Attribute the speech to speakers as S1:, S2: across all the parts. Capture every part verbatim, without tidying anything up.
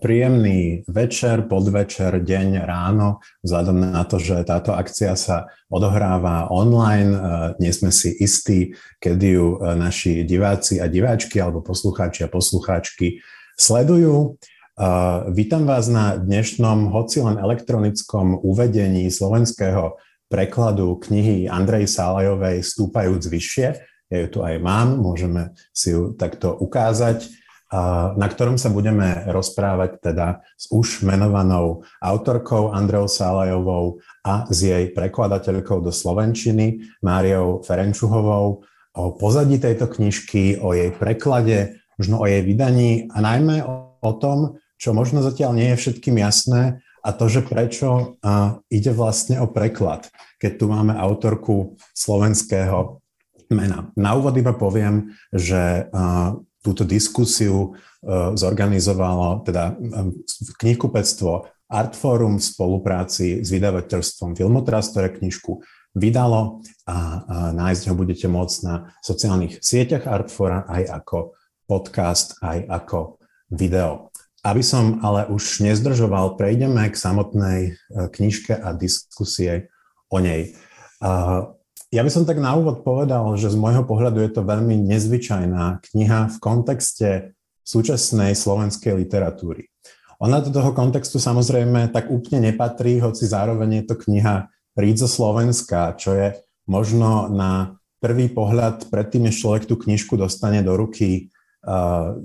S1: príjemný večer, podvečer, deň, ráno, vzhľadom na to, že táto akcia sa odohráva online. Nie sme si istí, kedy ju naši diváci a diváčky alebo poslucháči a poslucháčky sledujú. Vítam vás na dnešnom, hoci len elektronickom uvedení slovenského prekladu knihy Andreji Salajovej Stúpajúc vyššie. Ja ju tu aj mám, môžeme si ju takto ukázať, na ktorom sa budeme rozprávať teda s už menovanou autorkou Andreou Salajovou a s jej prekladateľkou do slovenčiny Máriou Ferenčuhovou o pozadí tejto knižky, o jej preklade, možno o jej vydaní a najmä o, o tom, čo možno zatiaľ nie je všetkým jasné, a to, že prečo a, ide vlastne o preklad, keď tu máme autorku slovenského mena. Na úvod iba poviem, že a, túto diskusiu uh, zorganizovalo teda um, knihkupectvo Artforum v spolupráci s vydavateľstvom Filmotras, ktoré knižku vydalo a, a nájsť ho budete môcť na sociálnych sieťach Artfora aj ako podcast, aj ako video. Aby som ale už nezdržoval, prejdeme k samotnej uh, knižke a diskusie o nej. Uh, Ja by som tak na úvod povedal, že z môjho pohľadu je to veľmi nezvyčajná kniha v kontexte súčasnej slovenskej literatúry. Ona do toho kontextu samozrejme tak úplne nepatrí, hoci zároveň je to kniha rídzo slovenská, čo je možno na prvý pohľad, predtým, než človek tú knižku dostane do ruky, uh,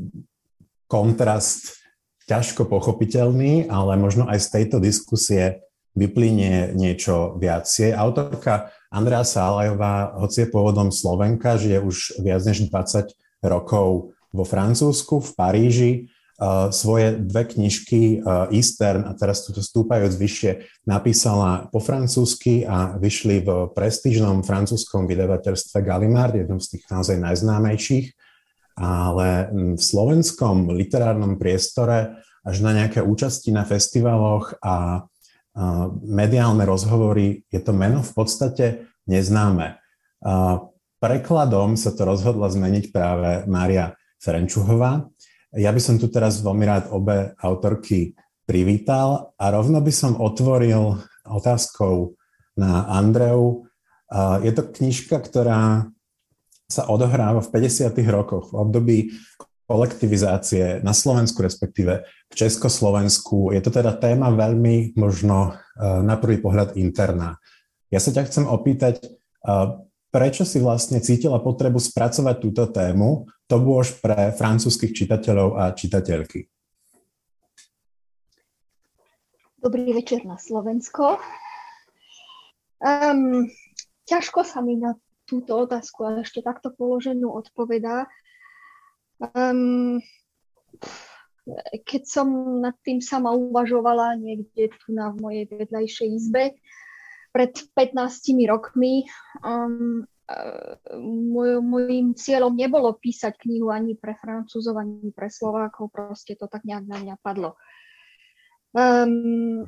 S1: kontrast ťažko pochopiteľný, ale možno aj z tejto diskusie vyplynie niečo viac. Je autorka Andrea Salajová, hoci je pôvodom Slovenka, žije už viac než dvadsať rokov vo Francúzsku, v Paríži. Uh, svoje dve knižky uh, Eastern a teraz tu Stúpajúc vyššie napísala po francúzsky a vyšli v prestížnom francúzskom vydavateľstve Gallimard, jednom z tých naozaj najznámejších. Ale v slovenskom literárnom priestore až na nejaké účasti na festivaloch a Uh, mediálne rozhovory, je to meno v podstate neznáme. Uh, prekladom sa to rozhodla zmeniť práve Mária Ferenčuhová. Ja by som tu teraz veľmi rád obe autorky privítal a rovno by som otvoril otázkou na Andreu. Uh, je to knižka, ktorá sa odohráva v päťdesiatych rokoch, v období kolektivizácie na Slovensku, respektíve v Československu. Je to teda téma veľmi možno na prvý pohľad interná. Ja sa ťa chcem opýtať, prečo si vlastne cítila potrebu spracovať túto tému, to bôž pre francúzskych čitateľov a čitateľky?
S2: Dobrý večer na Slovensko. Um, ťažko sa mi na túto otázku, ale ešte takto položenú odpovedá. Um, keď som nad tým sama uvažovala niekde tu na v mojej vedľajšej izbe pred pätnástimi rokmi, um, môj, môjim cieľom nebolo písať knihu ani pre Francúzov, ani pre Slovákov, proste to tak nejak na mňa padlo. Um,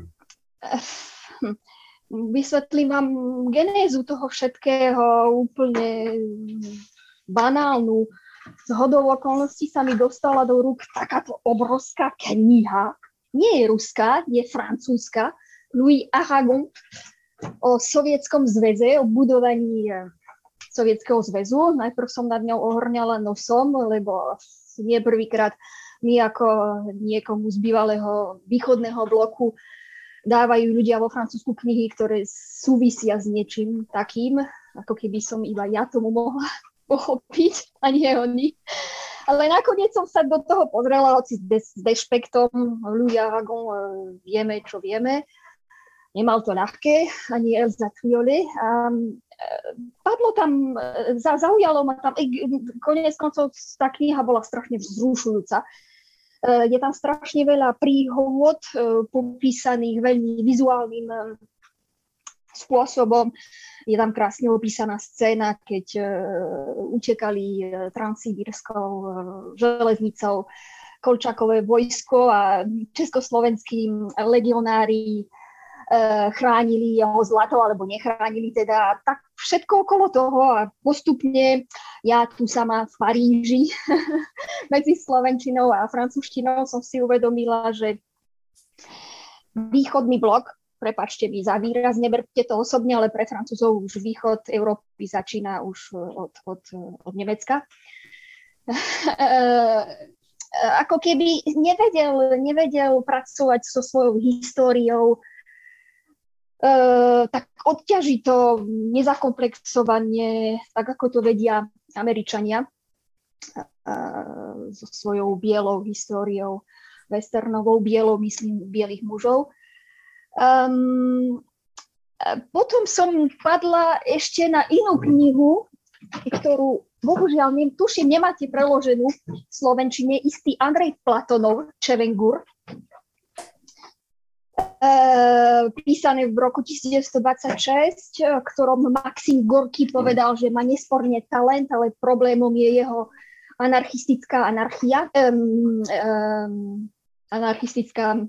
S2: vysvetlím vám genézu toho všetkého úplne banálnu. Zhodou okolností sa mi dostala do rúk takáto obrovská kniha. Nie je ruská, je francúzska. Louis Aragon o Sovietskom zväze, o budovaní Sovietskeho zväzu. Najprv som nad ňou ohŕňala nosom, lebo nie prvýkrát mi ako niekomu z bývalého východného bloku dávajú ľudia vo Francúzsku knihy, ktoré súvisia s niečím takým, ako keby som iba ja tomu mohla pochopiť, a nie oni. Ale nakoniec som sa do toho pozrela, hoci s dešpektom. Louis Aragon, vieme, čo vieme. Nemal to ľahké, ani Elsa Triolet. A padlo tam, zaujalo ma tam, koniec koncov tá kniha bola strašne vzrušujúca. Je tam strašne veľa príhôd popísaných veľmi vizuálnym spôsobom. Je tam krásne opísaná scéna, keď uh, utekali uh, transsibírskou uh, železnicou Kolčakové vojsko a československí legionári chránili jeho zlato, alebo nechránili teda, tak všetko okolo toho a postupne ja tu sama v Paríži medzi slovenčinou a francúzštinou som si uvedomila, že východný blok, prepáčte mi za výraz, neberte to osobne, ale pre Francúzov už východ Európy začína už od, od, od Nemecka. Ako keby nevedel, nevedel pracovať so svojou históriou, Uh, tak odťaží to nezakomplexovanie, tak ako to vedia Američania uh, so svojou bielou históriou, westernovou, bielou, myslím, bielých mužov. Um, potom som padla ešte na inú knihu, ktorú, bohužiaľ, nem, tuším, nemáte preloženú v slovenčine, istý Andrej Platonov, Čevengur, Uh, písané v roku devätnásťstodvadsaťšesť, v ktorom Maxim Gorky povedal, že má nesporne talent, ale problémom je jeho anarchistická anarchia. Um, um, anarchistická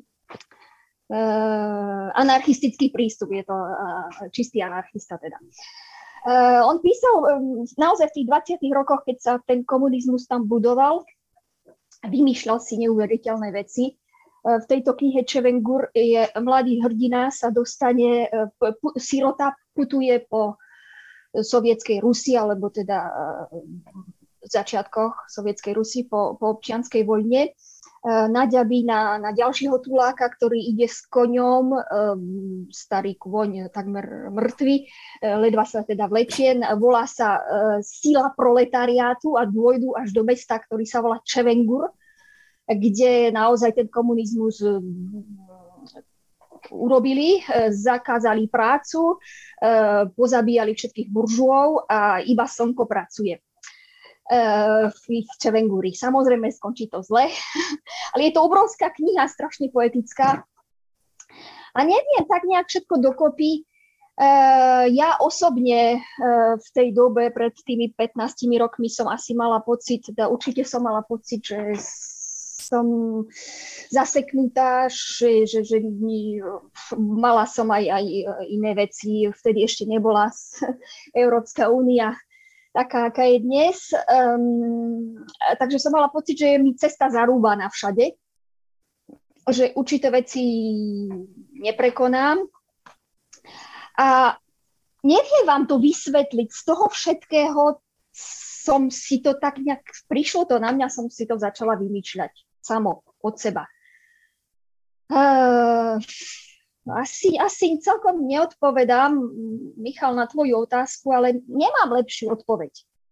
S2: uh, anarchistický prístup, je to uh, čistý anarchista teda. Uh, on písal um, naozaj v tých dvadsiatych rokoch, keď sa ten komunizmus tam budoval, vymýšľal si neuveriteľné veci. V tejto knihe Čevengur je mladý hrdina, sa dostane, pu, sirota putuje po sovietskej Rusi, alebo teda v začiatkoch sovietskej Rusi po, po občianskej vojne. Naďabí na, na ďalšieho tuláka, ktorý ide s koňom, starý kôň takmer mŕtvy, ledva sa teda vlečie, volá sa Sila proletariátu a dôjdu až do mesta, ktorý sa volá Čevengur, kde naozaj ten komunizmus urobili, zakázali prácu, pozabíjali všetkých buržuov a iba slnko pracuje v ich Čevenguri. Samozrejme, skončí to zle, ale je to obrovská kniha, strašne poetická. A neviem, tak nejak všetko dokopy. Ja osobne v tej dobe, pred tými pätnástimi rokmi, som asi mala pocit, teda určite som mala pocit, že som zaseknutá, že, že, že mala som aj, aj iné veci. Vtedy ešte nebola Európska únia taká, aká je dnes. Um, takže som mala pocit, že je mi cesta zarúbaná všade. Že určité veci neprekonám. A neviem vám to vysvetliť. Z toho všetkého som si to tak nejak, prišlo to na mňa, som si to začala vymýšľať samo od seba. Uh, asi, asi celkom neodpovedám, Michal, na tvoju otázku, ale nemám lepšiu odpoveď.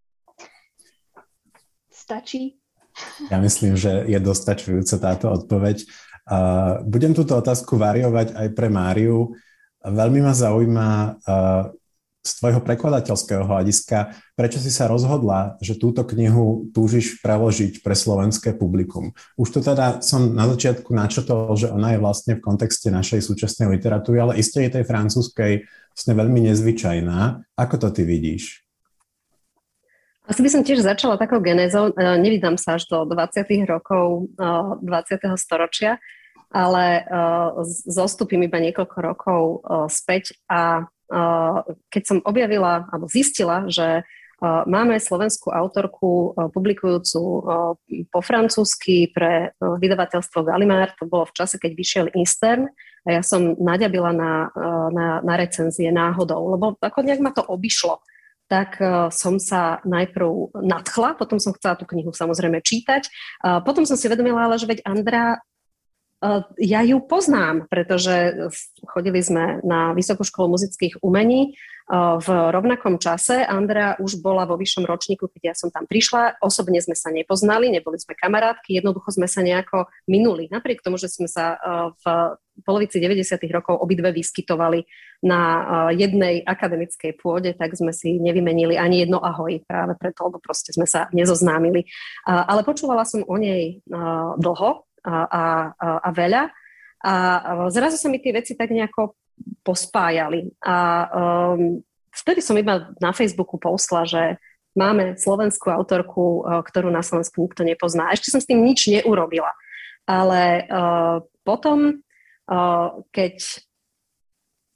S2: Stačí?
S1: Ja myslím, že je dostačujúca táto odpoveď. Uh, budem túto otázku variovať aj pre Máriu. Veľmi ma zaujíma uh, z tvojho prekladateľského hľadiska, prečo si sa rozhodla, že túto knihu túžiš preložiť pre slovenské publikum? Už to teda som na začiatku načrtol, že ona je vlastne v kontexte našej súčasnej literatúry, ale iste je tej francúzskej vlastne veľmi nezvyčajná. Ako to ty vidíš?
S3: Asi by som tiež začala takou genézou. Nevydám sa až do dvadsiatych rokov dvadsiateho storočia, ale zostupím iba niekoľko rokov späť a keď som objavila alebo zistila, že máme slovenskú autorku publikujúcu po francúzsky pre vydavateľstvo Gallimard, to bolo v čase, keď vyšiel Instern a ja som naďabila na, na, na recenzie náhodou, lebo ako nejak ma to obišlo. Tak som sa najprv nadchla, potom som chcela tú knihu samozrejme čítať, potom som si uvedomila, ale že veď Andra, ja ju poznám, pretože chodili sme na Vysokú školu muzických umení v rovnakom čase. Andrea už bola vo vyššom ročníku, keď ja som tam prišla. Osobne sme sa nepoznali, neboli sme kamarátky, jednoducho sme sa nejako minuli. Napriek tomu, že sme sa v polovici deväťdesiatych rokov obidve vyskytovali na jednej akademickej pôde, tak sme si nevymenili ani jedno ahoj práve preto, lebo proste sme sa nezoznámili. Ale počúvala som o nej dlho, A, a, a veľa. A zrazu sa mi tie veci tak nejako pospájali. A um, vtedy som iba na Facebooku postla, že máme slovenskú autorku, ktorú na Slovensku nikto nepozná. A ešte som s tým nič neurobila. Ale uh, potom, uh, keď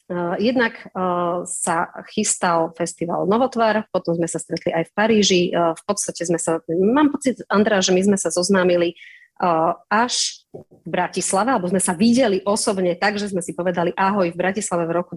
S3: Jednak sa chystal festival Novotvar, potom sme sa stretli aj v Paríži. V podstate sme sa, mám pocit, Andrea, že my sme sa zoznámili až v Bratislave, alebo sme sa videli osobne tak, že sme si povedali ahoj v Bratislave v roku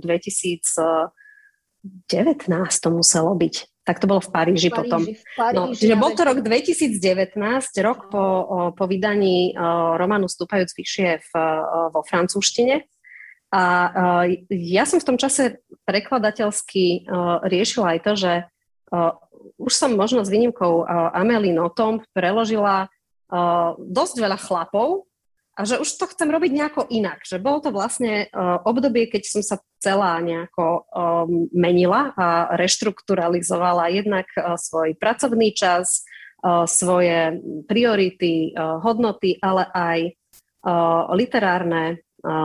S3: dvetisícdevätnásť to muselo byť. Tak to bolo v Paríži, v Paríži potom. V Paríži, no, čiže bol to rok dvetisícdevätnásť, rok po, po vydaní románu Stúpajúc vyššie v, vo francúzštine. A uh, ja som v tom čase prekladateľsky uh, riešila aj to, že uh, už som možno s výnimkou uh, Amélie Nothomb preložila uh, dosť veľa chlapov a že už to chcem robiť nejako inak. Že bolo to vlastne uh, obdobie, keď som sa celá nejako um, menila a reštrukturalizovala jednak uh, svoj pracovný čas, uh, svoje priority, uh, hodnoty, ale aj uh, literárne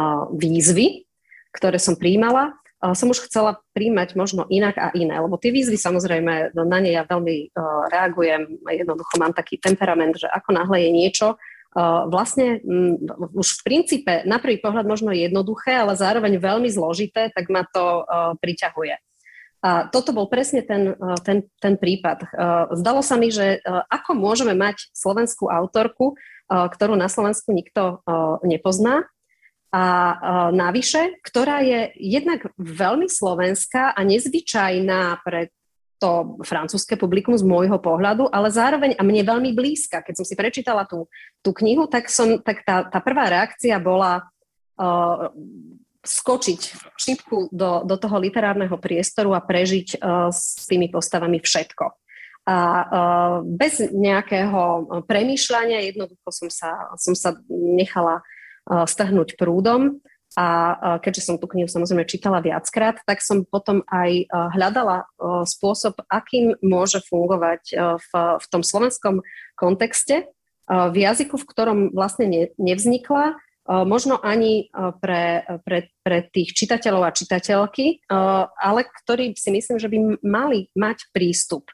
S3: výzvy, ktoré som prijímala, som už chcela príjmať možno inak a iné, lebo tie výzvy samozrejme, na ne ja veľmi uh, reagujem, jednoducho mám taký temperament, že ako náhle je niečo, uh, vlastne um, už v princípe na prvý pohľad možno jednoduché, ale zároveň veľmi zložité, tak ma to uh, priťahuje. A toto bol presne ten, uh, ten, ten prípad. Uh, zdalo sa mi, že uh, ako môžeme mať slovenskú autorku, uh, ktorú na Slovensku nikto uh, nepozná, a uh, navyše, ktorá je jednak veľmi slovenská a nezvyčajná pre to francúzske publikum z môjho pohľadu, ale zároveň a mne veľmi blízka. Keď som si prečítala tú, tú knihu, tak, som, tak tá, tá prvá reakcia bola uh, skočiť šipku do, do toho literárneho priestoru a prežiť uh, s tými postavami všetko. A uh, bez nejakého premýšľania jednoducho som sa, som sa nechala strhnúť prúdom a keďže som tú knihu samozrejme čítala viackrát, tak som potom aj hľadala spôsob, akým môže fungovať v, v tom slovenskom kontexte, v jazyku, v ktorom vlastne ne, nevznikla, možno ani pre, pre, pre tých čitateľov a čitateľky, ale ktorí si myslím, že by mali mať prístup.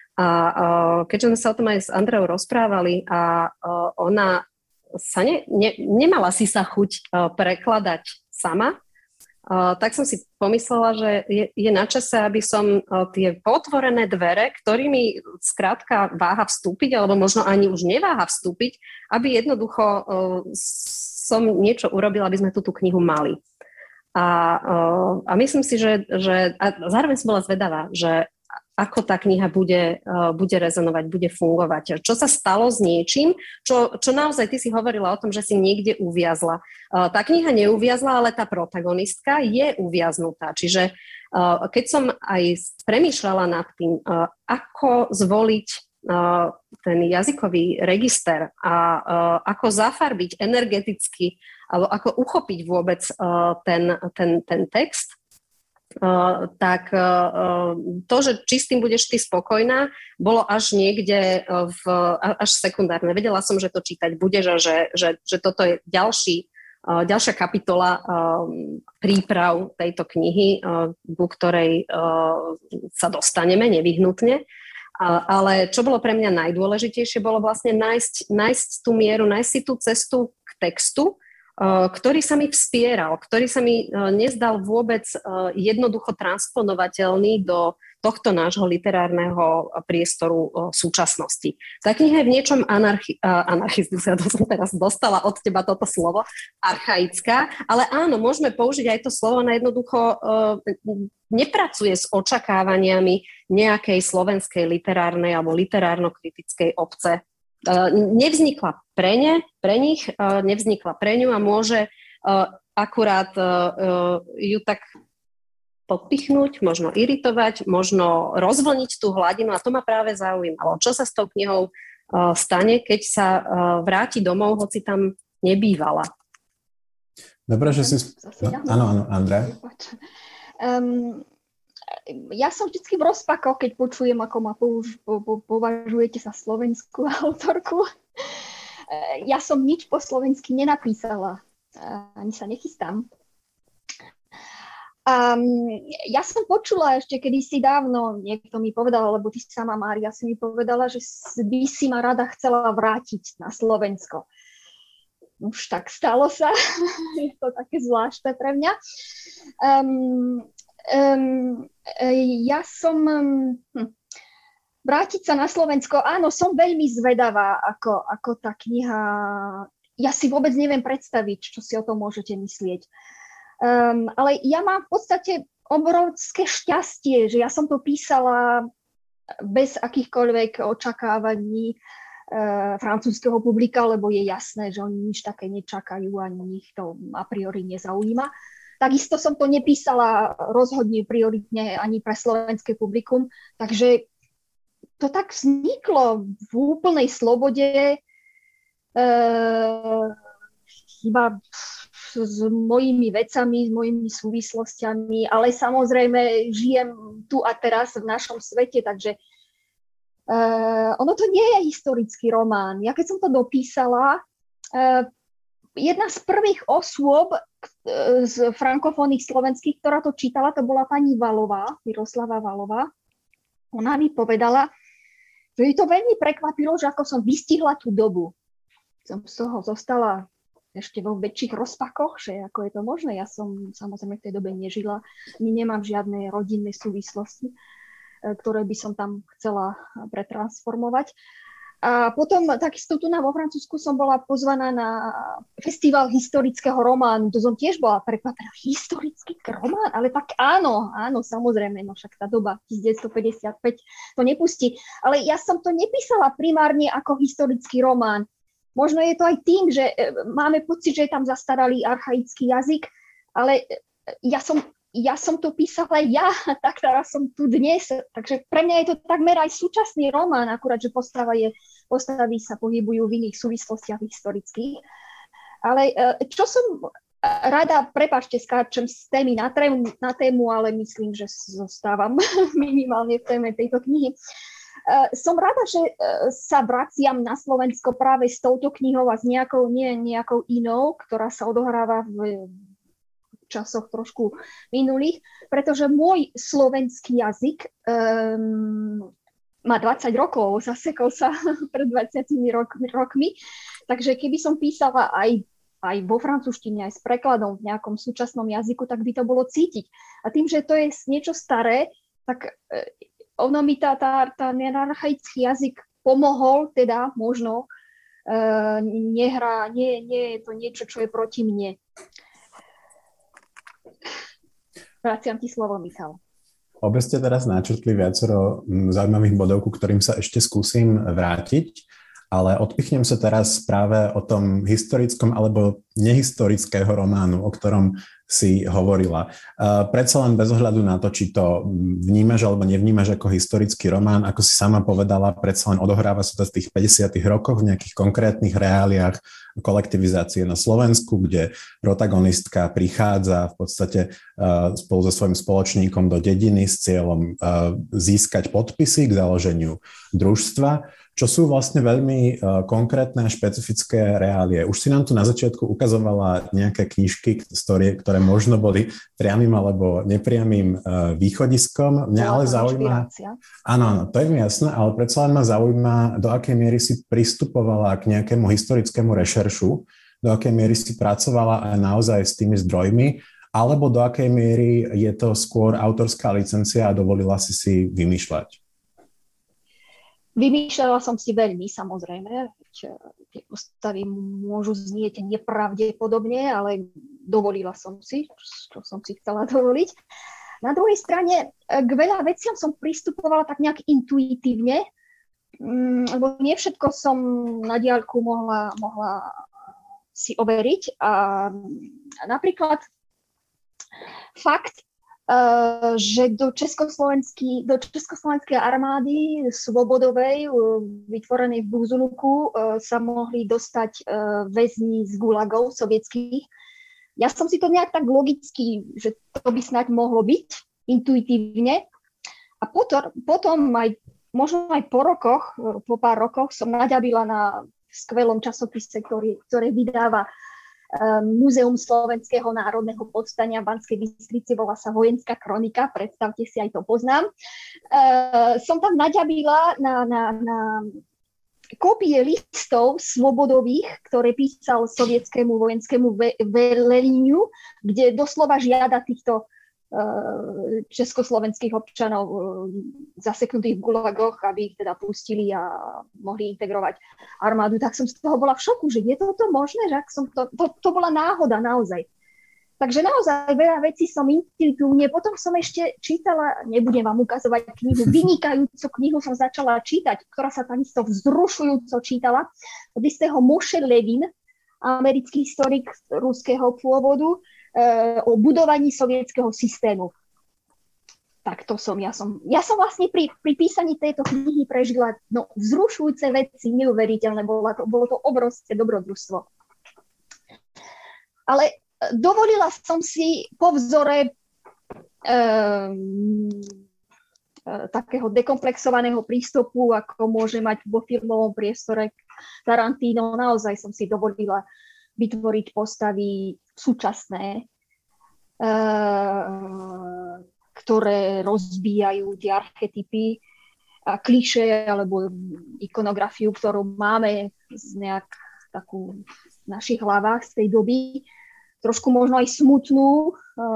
S3: A keďže sme sa o tom aj s Andreou rozprávali a ona sa ne, ne, nemala si sa chuť uh, prekladať sama, uh, tak som si pomyslela, že je, je na čase, aby som uh, tie potvorené dvere, ktorými skrátka váha vstúpiť, alebo možno ani už neváha vstúpiť, aby jednoducho uh, som niečo urobila, aby sme tú, tú knihu mali. A, uh, a myslím si, že, že a zároveň som bola zvedavá, že ako tá kniha bude, uh, bude rezonovať, bude fungovať. Čo sa stalo s niečím, čo, čo naozaj ty si hovorila o tom, že si niekde uviazla. Uh, tá kniha neuviazla, ale tá protagonistka je uviaznutá. Čiže uh, keď som aj premýšľala nad tým, uh, ako zvoliť uh, ten jazykový register a uh, ako zafarbiť energeticky, alebo ako uchopiť vôbec uh, ten, ten, ten text, Uh, tak uh, to, že či s tým budeš ty spokojná, bolo až niekde uh, v, až sekundárne. Vedela som, že to čítať budeš a že, že, že toto je ďalší, uh, ďalšia kapitola uh, príprav tejto knihy, uh, ku ktorej uh, sa dostaneme nevyhnutne. Uh, ale čo bolo pre mňa najdôležitejšie, bolo vlastne nájsť, nájsť tú mieru, nájsť si tú cestu k textu, ktorý sa mi vspieral, ktorý sa mi nezdal vôbec jednoducho transponovateľný do tohto nášho literárneho priestoru súčasnosti. Tá kniha je v niečom anarchi- anarchistická, to som teraz dostala od teba toto slovo, archaická, ale áno, môžeme použiť aj to slovo na jednoducho nepracuje s očakávaniami nejakej slovenskej literárnej alebo literárno-kritickej obce. Nevznikla pre ne, pre nich, nevznikla pre ňu a môže akurát ju tak podpichnúť, možno iritovať, možno rozvlniť tú hladinu a to ma práve zaujímalo. Čo sa s tou knihou stane, keď sa vráti domov, hoci tam nebývala?
S1: Dobre, že si... No, áno, áno, Andrea.
S2: Um, Ja som vždy v rozpakoch, keď počujem, ako ma použ- po- po- považujete za slovenskú autorku. Ja som nič po slovensky nenapísala. Ani sa nechystám. Um, ja som počula ešte kedysi dávno, niekto mi povedal, lebo ty sama, Mária, si mi povedala, že by si ma rada chcela vrátiť na Slovensko. už tak stalo sa. Je to také zvláštne pre mňa. Um, um, ja som... Hm, vrátiť sa na Slovensko, áno, som veľmi zvedavá, ako, ako tá kniha... Ja si vôbec neviem predstaviť, čo si o tom môžete myslieť. Um, ale ja mám v podstate obrovské šťastie, že ja som to písala bez akýchkoľvek očakávaní uh, francúzskeho publika, lebo je jasné, že oni nič také nečakajú, ani ich to a priori nezaujíma. Takisto som to nepísala rozhodne prioritne ani pre slovenské publikum, takže to tak vzniklo v úplnej slobode, uh, iba s mojimi vecami, s mojimi súvislostiami, ale samozrejme žijem tu a teraz v našom svete, takže uh, ono to nie je historický román. Ja keď som to dopísala, uh, jedna z prvých osôb uh, z frankofónnych slovenských, ktorá to čítala, to bola pani Valová, Miroslava Valová. Ona mi povedala, že jej to veľmi prekvapilo, že ako som vystihla tú dobu. Som z toho zostala ešte vo väčších rozpakoch, že ako je to možné. Ja som samozrejme v tej dobe nežila, nemám žiadne rodinné súvislosti, ktoré by som tam chcela pretransformovať. A potom takisto tu na vo Francúzsku som bola pozvaná na festival historického románu. To som tiež bola prekvapená. Historický román? Ale tak áno, áno, samozrejme, no však tá doba devätnásťstopäťdesiatpäť to nepustí. Ale ja som to nepísala primárne ako historický román. Možno je to aj tým, že máme pocit, že je tam zastaralý archaický jazyk, ale ja som, ja som to písala ja, tak teraz som tu dnes. Takže pre mňa je to takmer aj súčasný román, akurát, že postava je, postavy sa pohybujú v iných súvislostiach historických. Ale čo som rada, prepáčte, skáčem z témy na tému, na tému, ale myslím, že zostávam minimálne v téme tejto knihy. Uh, som rada, že uh, sa vraciam na Slovensko práve s touto knihou a s nejakou, nie nejakou inou, ktorá sa odohráva v časoch trošku minulých, pretože môj slovenský jazyk um, má dvadsať rokov, zasekol sa pred dvadsiatimi rok, rokmi, takže keby som písala aj, aj vo francúzštine, aj s prekladom v nejakom súčasnom jazyku, tak by to bolo cítiť. A tým, že to je niečo staré, tak uh, ono mi tá, tá, tá archaický jazyk pomohol, teda možno, uh, nehrá, nie, nie je to niečo, čo je proti mne. Vraciam ti slovo, Michal.
S1: Obe ste teraz načrtli viacero zaujímavých bodov, ku ktorým sa ešte skúsim vrátiť, ale odpichnem sa teraz práve o tom historickom alebo nehistorického románu, o ktorom si hovorila. Uh, predsa len bez ohľadu na to, či to vnímaš alebo nevnímaš ako historický román, ako si sama povedala, predsa len odohráva sa to z tých päťdesiatych rokoch v nejakých konkrétnych reáliách kolektivizácie na Slovensku, kde protagonistka prichádza v podstate uh, spolu so svojím spoločníkom do dediny s cieľom uh, získať podpisy k založeniu družstva, čo sú vlastne veľmi uh, konkrétne a špecifické reálie. Už si nám tu na začiatku ukazovala nejaké knižky, ktoré, ktoré možno boli priamym alebo nepriamym uh, východiskom. Mňa ale zaujíma... Áno, áno, to je mi jasné, ale predsa len ma zaujíma, do akej miery si pristupovala k nejakému historickému rešeršu, do akej miery si pracovala aj naozaj s tými zdrojmi, alebo do akej miery je to skôr autorská licencia a dovolila si si vymýšľať.
S2: Vymýšľala som si veľmi, samozrejme. Tie postavy môžu znieť nepravdepodobne, ale dovolila som si, čo som si chcela dovoliť. Na druhej strane, k veľa veciam som pristupovala tak nejak intuitívne, lebo nie všetko som na diaľku mohla, mohla si overiť. A napríklad fakt, že do, do československej armády svobodovej, vytvorenej v Buzuluku, sa mohli dostať väzni z gulagov sovietských. Ja som si to nejak tak logicky, že to by snáď mohlo byť, intuitívne. A potom, potom aj, možno aj po rokoch, po pár rokoch som naďabila na skvelom časopise, ktorý, ktoré vydáva Múzeum slovenského národného povstania v Banskej Bystrici, volá sa Vojenská kronika, predstavte si, aj to poznám. Uh, som tam naďabila na, na, na kópie listov svobodových, ktoré písal sovietskému vojenskému ve- veleniu, kde doslova žiada týchto uh, československých občanov uh, zaseknutých v gulagoch, aby ich teda pustili a mohli integrovať armádu. Tak som z toho bola v šoku, že je toto možné, že ak som to, to, to bola náhoda naozaj. Takže naozaj veľa vecí som intuitívne, potom som ešte čítala, nebudem vám ukazovať knihu, vynikajúcu knihu som začala čítať, ktorá sa takisto vzrušujúco čítala, od istého Moshe Levin, americký historik ruského pôvodu, e, o budovaní sovietskeho systému. Tak to som, ja som, ja som vlastne pri, pri písaní tejto knihy prežila no, vzrušujúce veci, neuveriteľné, bolo to, bolo to obrovské dobrodružstvo. Ale dovolila som si po vzore um, takého dekomplexovaného prístupu, ako môže mať vo filmovom priestore Tarantino, naozaj som si dovolila vytvoriť postavy súčasné, uh, ktoré rozbíjajú tie archetypy a klišé alebo ikonografiu, ktorú máme z nejak takú v našich hlavách z tej doby. Trošku možno aj smutnú.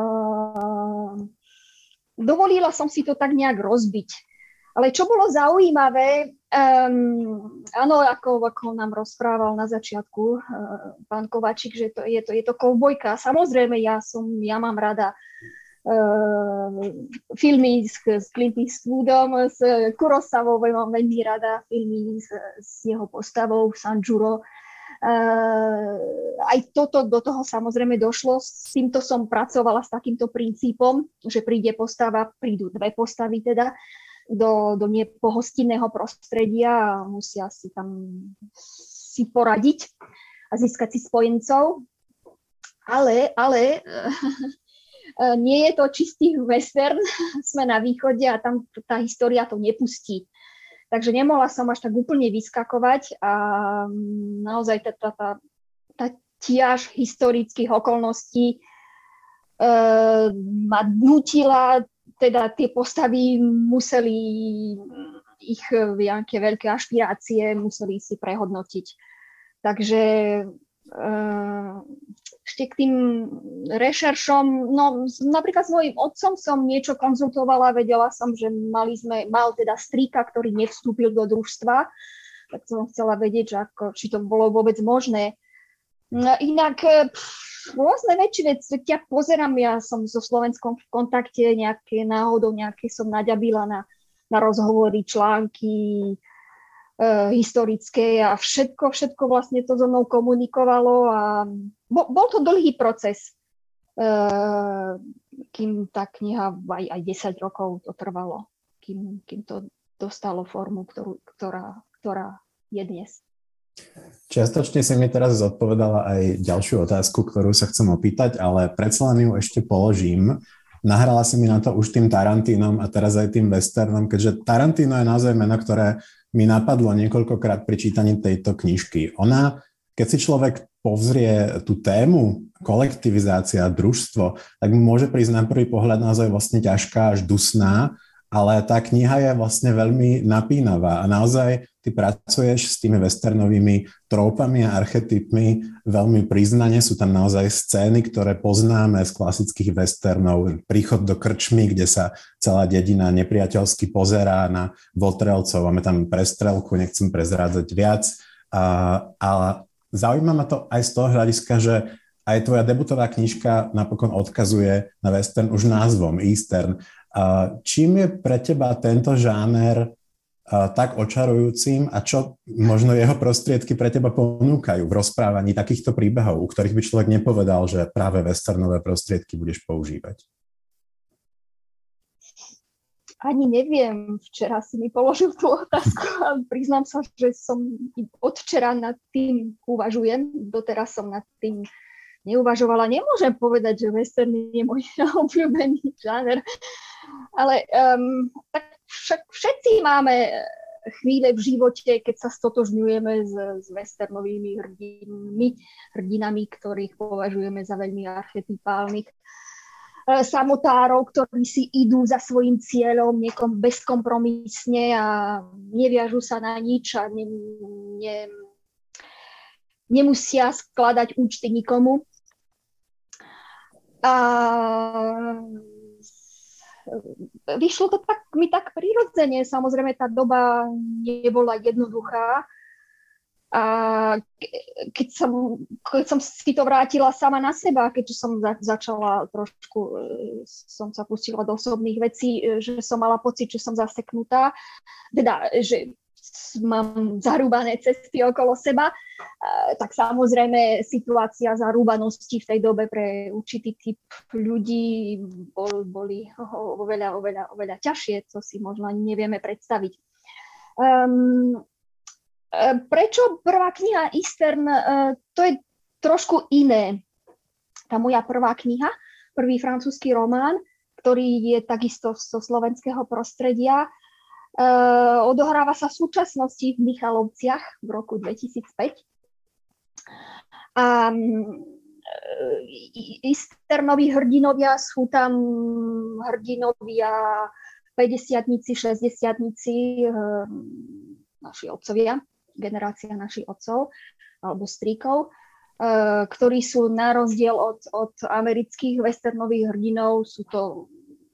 S2: Dovolila som si to tak nejak rozbiť. Ale čo bolo zaujímavé, um, áno, ako, ako nám rozprával na začiatku uh, pán Kováčik, že to, je, to, je to kovbojka. Samozrejme, ja, som, ja mám rada uh, filmy s, s Clint Eastwoodom, s Kurosawou, mám veľmi rada filmy s, s jeho postavou Sanjuro. Uh, aj toto do toho samozrejme došlo, s týmto som pracovala s takýmto princípom, že príde postava, prídu dve postavy teda do, do nepohostinného prostredia a musia si tam si poradiť a získať si spojencov, ale, ale uh, nie je to čistý western, sme na východe a tam tá história to nepustí. Takže nemohla som až tak úplne vyskakovať a naozaj tá, tá, tá, tá tiaž historických okolností e, ma nutila, teda tie postavy museli ich nejaké veľké ašpirácie, museli si prehodnotiť. Takže e, ešte k tým rešeršom, no napríklad s mojím otcom som niečo konzultovala, vedela som, že mali sme, mal teda strýka, ktorý nevstúpil do družstva, tak som chcela vedieť, že ako, či to bolo vôbec možné. No, inak pff, rôzne veci, veď ja pozerám, ja som so Slovenskom v kontakte, nejaké náhodou, nejaké som naďabila na, na rozhovory, články, historické a všetko, všetko vlastne to so mnou komunikovalo a bol, bol to dlhý proces, kým tá kniha aj, aj desať rokov to trvalo, kým, kým to dostalo formu, ktorú, ktorá, ktorá je dnes.
S1: Čiastočne si mi teraz zodpovedala aj ďalšiu otázku, ktorú sa chcem opýtať, ale predsa len ju ešte položím. Nahrala si mi na to už tým Tarantínom a teraz aj tým westernom, keďže Tarantino je naozaj meno, ktoré mi napadlo niekoľkokrát pri čítaní tejto knižky. Ona, keď si človek povzrie tú tému kolektivizácia, družstvo, tak mu môže prísť na prvý pohľad naozaj vlastne ťažká až dusná, ale tá kniha je vlastne veľmi napínavá a naozaj ty pracuješ s tými westernovými trópami a archetypmi veľmi priznane. Sú tam naozaj scény, ktoré poznáme z klasických westernov. Príchod do krčmy, kde sa celá dedina nepriateľsky pozerá na votrelcov. Máme tam prestrelku, nechcem prezrádzať viac. A, ale zaujíma ma to aj z toho hľadiska, že aj tvoja debutová knižka napokon odkazuje na western už názvom Eastern. A čím je pre teba tento žáner tak očarujúcim a čo možno jeho prostriedky pre teba ponúkajú v rozprávaní takýchto príbehov, u ktorých by človek nepovedal, že práve westernové prostriedky budeš používať?
S2: Ani neviem. Včera si mi položil tú otázku a priznám sa, že som od včera nad tým uvažujem. Doteraz som nad tým neuvažovala. Nemôžem povedať, že western je môj obľúbený žáner. Ale um, tak však všetci máme chvíle v živote, keď sa stotožňujeme s, s westernovými hrdinmi, hrdinami, ktorých považujeme za veľmi archetypálnych. samotárov, ktorí si idú za svojím cieľom niekom bezkompromisne a neviažu sa na nič a ne, ne, nemusia skladať účty nikomu. A vyšlo to tak, mi tak prirodzene. Samozrejme, tá doba nebola jednoduchá. A keď som, keď som si to vrátila sama na seba, keďže som za, začala trošku, som sa pustila do osobných vecí, že som mala pocit, že som zaseknutá, teda, že mám zarúbané cesty okolo seba, tak samozrejme situácia zarúbanosti v tej dobe pre určitý typ ľudí bol, boli oveľa, oveľa, oveľa ťažšie, co si možno ani nevieme predstaviť. Um, Prečo prvá kniha Eastern? To je trošku iné. Tá moja prvá kniha, prvý francúzsky román, ktorý je takisto zo slovenského prostredia, odohráva sa v súčasnosti v Michalovciach v roku dvetisícpäť. A Easternoví hrdinovia sú tam hrdinovia päťdesiatnici, šesťdesiatnici, naši otcovia, generácia našich otcov alebo strýkov, uh, ktorí sú na rozdiel od, od amerických westernových hrdinov, sú to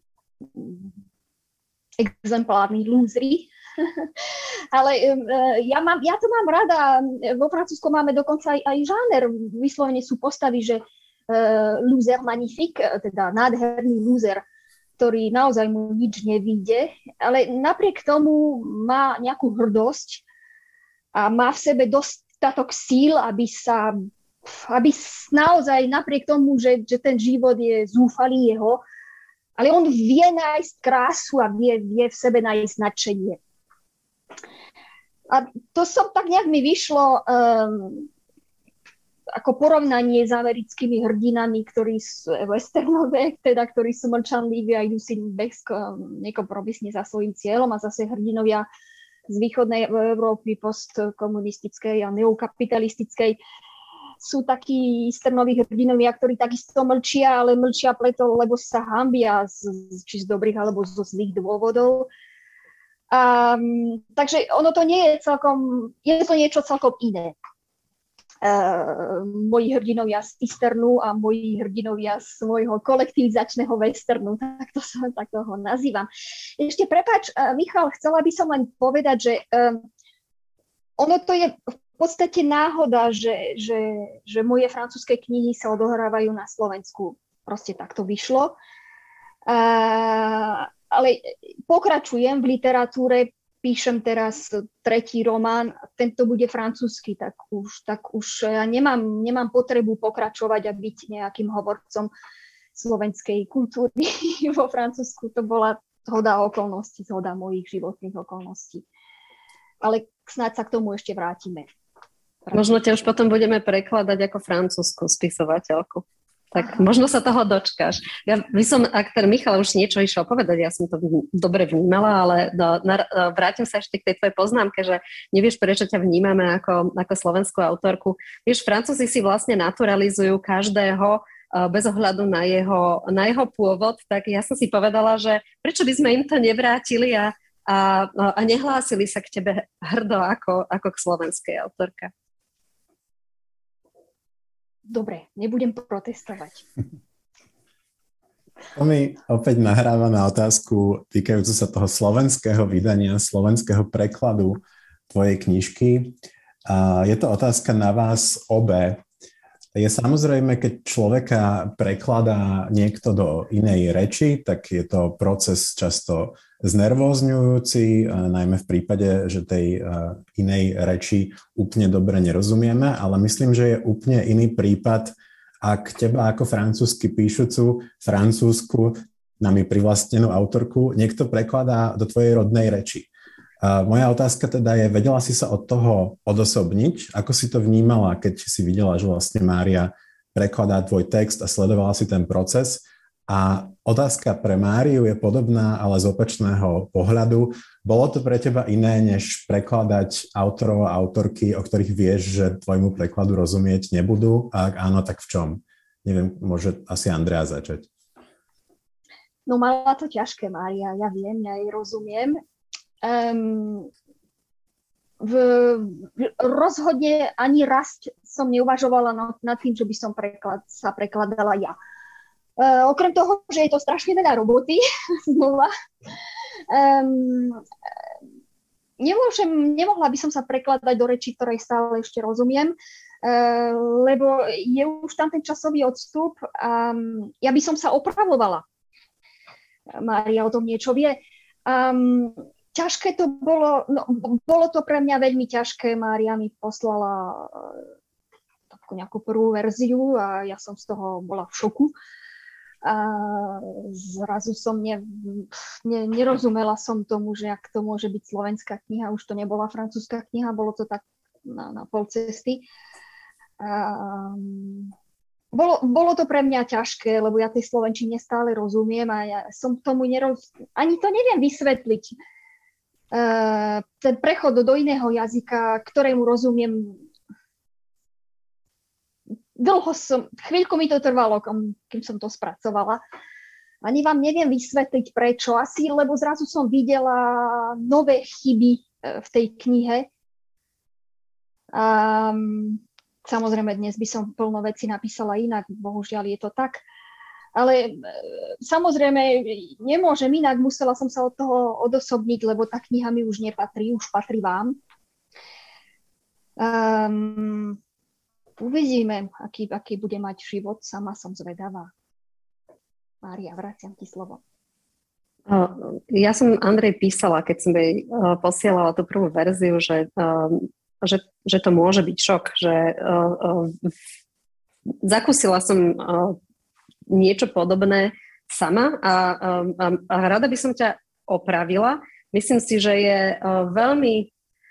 S2: exemplárni lúzri. Ale uh, ja, mám, ja to mám rada. Vo Francúzsku máme dokonca aj, aj žáner. Vyslovene sú postavy, že uh, lúzer magnifique, teda nádherný lúzer, ktorý naozaj mu nič nevíde, ale napriek tomu má nejakú hrdosť a má v sebe dostatok síl, aby sa, aby naozaj napriek tomu, že, že ten život je zúfalý jeho, ale on vie nájsť krásu a vie, vie v sebe nájsť nadšenie. A to som tak nejak mi vyšlo um, ako porovnanie s americkými hrdinami, ktorí sú westernové, teda ktorí sú mlčanliví a idú si nekompromisne za svojím cieľom, a zase hrdinovia z východnej Európy, postkomunistickej a neokapitalistickej, sú takí easternoví hrdinovia, ktorí takisto mlčia, ale mlčia preto, lebo sa hanbia z, či z dobrých alebo zo zlých dôvodov. Um, takže ono to nie je celkom, je to niečo celkom iné. Uh, moji hrdinovia z Easternu a moji hrdinovia z svojho kolektivizačného westernu, tak to, som, tak to ho nazývam. Ešte prepáč, uh, Michal, chcela by som len povedať, že uh, ono to je v podstate náhoda, že, že, že moje francúzske knihy sa odohrávajú na Slovensku. Proste tak to vyšlo. Uh, ale pokračujem v literatúre, píšem teraz tretí román, tento bude francúzsky, tak už, tak už ja nemám, nemám potrebu pokračovať a byť nejakým hovorcom slovenskej kultúry vo Francúzsku. To bola zhoda okolností, zhoda mojich životných okolností. Ale snáď sa k tomu ešte vrátime.
S3: Možno ťa už potom budeme prekladať ako francúzsku spisovateľku. Tak možno sa toho dočkáš. Ja by som, ak ten Michal už niečo išiel povedať, ja som to dobre vnímala, ale do, na, vrátim sa ešte k tej tvojej poznámke, že nevieš, prečo ťa vnímame ako, ako slovenskú autorku. Vieš, Francúzi si vlastne naturalizujú každého bez ohľadu na jeho, na jeho pôvod, tak ja som si povedala, že prečo by sme im to nevrátili a, a, a nehlásili sa k tebe hrdo ako, ako k slovenskej autorke.
S2: Dobre, nebudem protestovať.
S1: To mi opäť nahráva na otázku týkajúcu sa toho slovenského vydania, slovenského prekladu tvojej knižky. A je to otázka na vás obe. Je samozrejme, keď človeka prekladá niekto do inej reči, tak je to proces často znervózňujúci, najmä v prípade, že tej inej reči úplne dobre nerozumieme, ale myslím, že je úplne iný prípad, ak teba ako francúzsky píšucu, francúzsku, nami privlastnenú autorku, niekto prekladá do tvojej rodnej reči. Moja otázka teda je, vedela si sa od toho odosobniť? Ako si to vnímala, keď si videla, že vlastne Mária prekladá tvoj text a sledovala si ten proces? A otázka pre Máriu je podobná, ale z opačného pohľadu. Bolo to pre teba iné, než prekladať autorov a autorky, o ktorých vieš, že tvojmu prekladu rozumieť nebudú? A ak áno, tak v čom? Neviem, môže asi Andrea začať.
S2: No mala to ťažké, Mária, ja viem, ja jej rozumiem. Um, v, rozhodne ani raz som neuvažovala nad, nad tým, že by som preklad, sa prekladala ja. Uh, okrem toho, že je to strašne veľa roboty, znova, um, nemôžem, nemohla by som sa prekladať do rečí, ktorej stále ešte rozumiem, uh, lebo je už tam ten časový odstup a um, ja by som sa opravovala. Mária o tom niečo vie. Um, ťažké to bolo, no, bolo to pre mňa veľmi ťažké. Mária mi poslala uh, takú nejakú prvú verziu a ja som z toho bola v šoku. A zrazu som ne, ne, nerozumela som tomu, že ak to môže byť slovenská kniha, už to nebola francúzska kniha, bolo to tak na, na pol cesty. Um, Bolo, bolo to pre mňa ťažké, lebo ja tej slovenčine stále rozumiem a ja som tomu neroz... ani to neviem vysvetliť. Uh, ten prechod do iného jazyka, ktorému rozumiem, dlho som, chvíľku mi to trvalo, kým som to spracovala. Ani vám neviem vysvetliť prečo. Asi, lebo zrazu som videla nové chyby v tej knihe. Um, Samozrejme, dnes by som plno veci napísala inak, bohužiaľ je to tak. Ale e, samozrejme, nemôžem inak, musela som sa od toho odosobniť, lebo tá kniha mi už nepatrí, už patrí vám. Um, uvidíme, aký, aký bude mať život, sama som zvedavá. Mária, vraciam ti slovo.
S3: Ja som Andrej písala, keď som jej posielala tú prvú verziu, že... Um, Že, že to môže byť šok, že uh, uh, zakúsila som uh, niečo podobné sama a, uh, a rada by som ťa opravila. Myslím si, že je uh, veľmi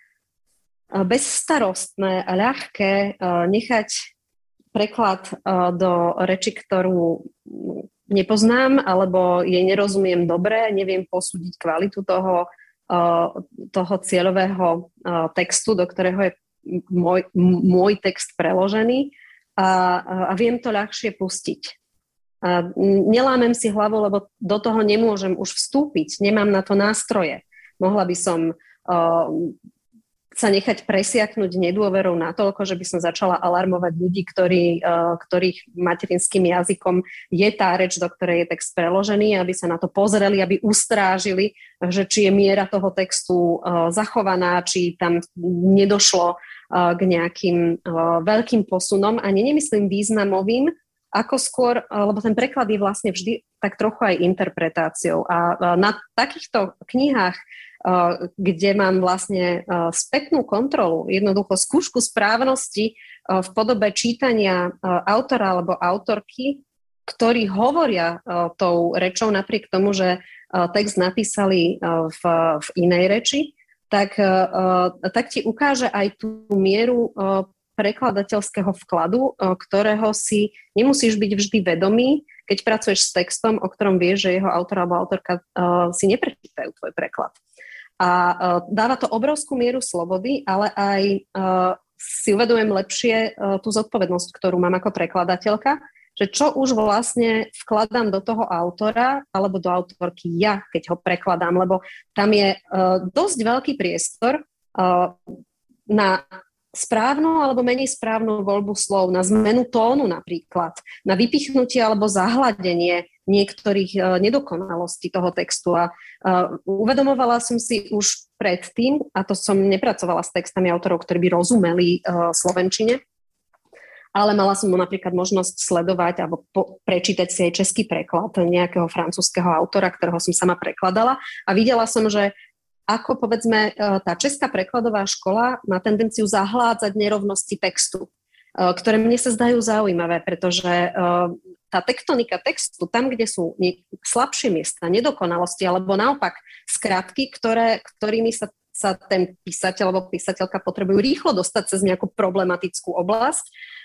S3: uh, bezstarostné a ľahké uh, nechať preklad uh, do reči, ktorú nepoznám alebo jej nerozumiem dobre, neviem posúdiť kvalitu toho toho cieľového textu, do ktorého je môj, môj text preložený a, a viem to ľahšie pustiť. A nelámem si hlavu, lebo do toho nemôžem už vstúpiť, nemám na to nástroje. Mohla by som uh, sa nechať presiaknúť nedôverou natoľko, že by som začala alarmovať ľudí, ktorí, uh, ktorých materinským jazykom je tá reč, do ktorej je text preložený, aby sa na to pozreli, aby ustrážili, že či je miera toho textu uh, zachovaná, či tam nedošlo uh, k nejakým uh, veľkým posunom. A nemyslím významovým, ako skôr, uh, lebo ten preklad je vlastne vždy tak trochu aj interpretáciou. A uh, na takýchto knihách, Uh, kde mám vlastne uh, spätnú kontrolu, jednoducho skúšku správnosti uh, v podobe čítania uh, autora alebo autorky, ktorí hovoria uh, tou rečou napriek tomu, že uh, text napísali uh, v, v inej reči, tak, uh, tak ti ukáže aj tú mieru uh, prekladateľského vkladu, uh, ktorého si nemusíš byť vždy vedomý, keď pracuješ s textom, o ktorom vieš, že jeho autor alebo autorka uh, si neprečítajú tvoj preklad. A uh, dáva to obrovskú mieru slobody, ale aj uh, si uvedomujem lepšie uh, tú zodpovednosť, ktorú mám ako prekladateľka, že čo už vlastne vkladám do toho autora alebo do autorky ja, keď ho prekladám, lebo tam je uh, dosť veľký priestor uh, na správnu alebo menej správnu voľbu slov, na zmenu tónu napríklad, na vypichnutie alebo zahladenie niektorých uh, nedokonalostí toho textu. A uh, uvedomovala som si už predtým, a to som nepracovala s textami autorov, ktorí by rozumeli uh, slovenčine, ale mala som napríklad možnosť sledovať alebo po, prečítať si aj český preklad nejakého francúzskeho autora, ktorého som sama prekladala, a videla som, že ako povedzme tá česká prekladová škola má tendenciu zahládzať nerovnosti textu, ktoré mne sa zdajú zaujímavé, pretože tá tektonika textu, tam, kde sú slabšie miesta, nedokonalosti, alebo naopak skratky, ktoré, ktorými sa, sa ten písateľ alebo písateľka potrebujú rýchlo dostať cez nejakú problematickú oblasť,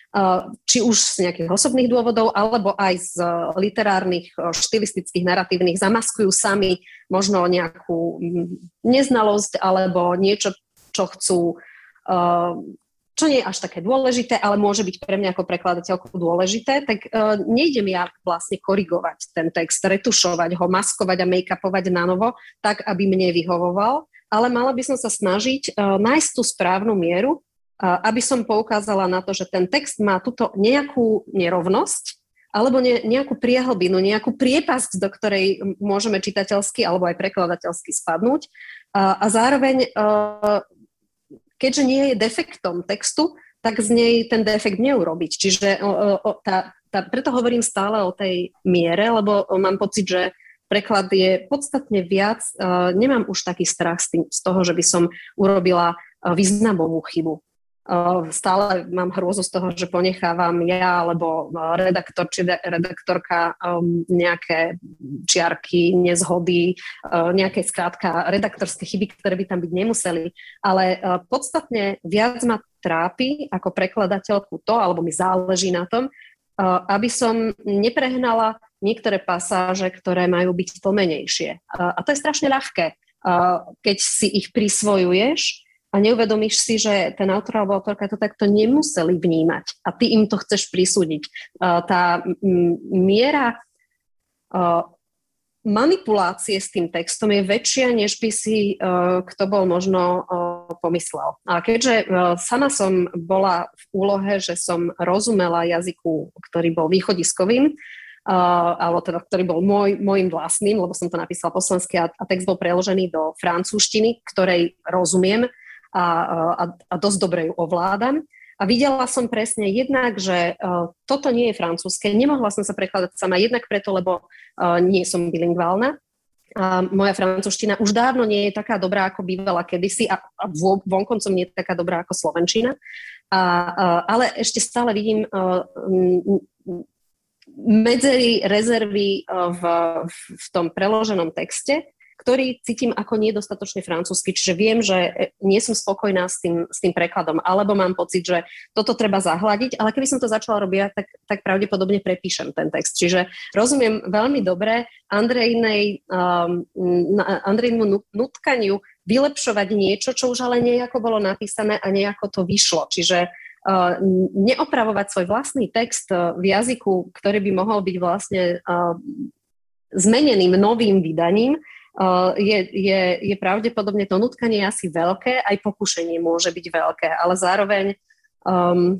S3: či už z nejakých osobných dôvodov, alebo aj z literárnych, štilistických, naratívnych, zamaskujú sami možno nejakú neznalosť alebo niečo, čo chcú čo nie je až také dôležité, ale môže byť pre mňa ako prekladateľku dôležité, tak uh, nejdem ja vlastne korigovať ten text, retušovať ho, maskovať a make-upovať na novo, tak, aby mne vyhovoval, ale mala by som sa snažiť uh, nájsť tú správnu mieru, uh, aby som poukázala na to, že ten text má túto nejakú nerovnosť, alebo ne, nejakú priehlbinu, nejakú priepasť, do ktorej môžeme čitateľsky alebo aj prekladateľsky spadnúť. Uh, a zároveň uh, keďže nie je defektom textu, tak z nej ten defekt neurobiť. Čiže o, o, tá, tá, preto hovorím stále o tej miere, lebo mám pocit, že preklad je podstatne viac. Uh, nemám už taký strach z, tým, z toho, že by som urobila uh, významovú chybu. Uh, stále mám hrôzu z toho, že ponechávam ja alebo redaktor či redaktorka um, nejaké čiarky, nezhody, uh, nejaké skrátka redaktorské chyby, ktoré by tam byť nemuseli. Ale uh, podstatne viac ma trápi ako prekladateľku to, alebo mi záleží na tom, uh, aby som neprehnala niektoré pasáže, ktoré majú byť tlmenejšie. Uh, a to je strašne ľahké, uh, keď si ich prisvojuješ a neuvedomíš si, že ten autor alebo autorka to takto nemuseli vnímať a ty im to chceš prisúdiť. Tá miera manipulácie s tým textom je väčšia, než by si kto bol možno pomyslel. A keďže sama som bola v úlohe, že som rozumela jazyku, ktorý bol východiskovým, alebo teda, ktorý bol môj, môjim vlastným, lebo som to napísala po slovensky a, a text bol preložený do francúzštiny, ktorej rozumiem, A, a, a dosť dobre ju ovládam. A videla som presne jednak, že uh, toto nie je francúzske. Nemohla som sa prekladať sama jednak preto, lebo uh, nie som bilingválna. A moja francúzština už dávno nie je taká dobrá, ako bývala kedysi a, a vonkoncom nie je taká dobrá ako slovenčina. A, uh, ale ešte stále vidím uh, medzery, rezervy uh, v, v tom preloženom texte, ktorý cítim ako nedostatočne francúzsky, čiže viem, že nie som spokojná s tým, s tým prekladom, alebo mám pocit, že toto treba zahľadiť, ale keby som to začala robiť, tak, tak pravdepodobne prepíšem ten text. Čiže rozumiem veľmi dobre Andrejnej, um, Andrejnmu nutkaniu vylepšovať niečo, čo už ale nejako bolo napísané a nejako to vyšlo. Čiže uh, neopravovať svoj vlastný text v jazyku, ktorý by mohol byť vlastne uh, zmeneným novým vydaním, Uh, je, je, je pravdepodobne to nutkanie asi veľké, aj pokušenie môže byť veľké, ale zároveň um,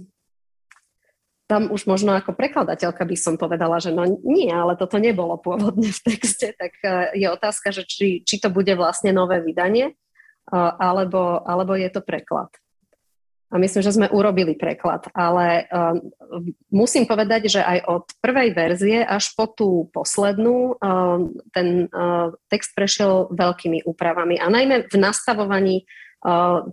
S3: tam už možno ako prekladateľka by som povedala, že no nie, ale toto nebolo pôvodne v texte, tak uh, je otázka, že či, či to bude vlastne nové vydanie, uh, alebo, alebo je to preklad. A myslím, že sme urobili preklad, ale um, musím povedať, že aj od prvej verzie až po tú poslednú um, ten uh, text prešiel veľkými úpravami a najmä v nastavovaní uh,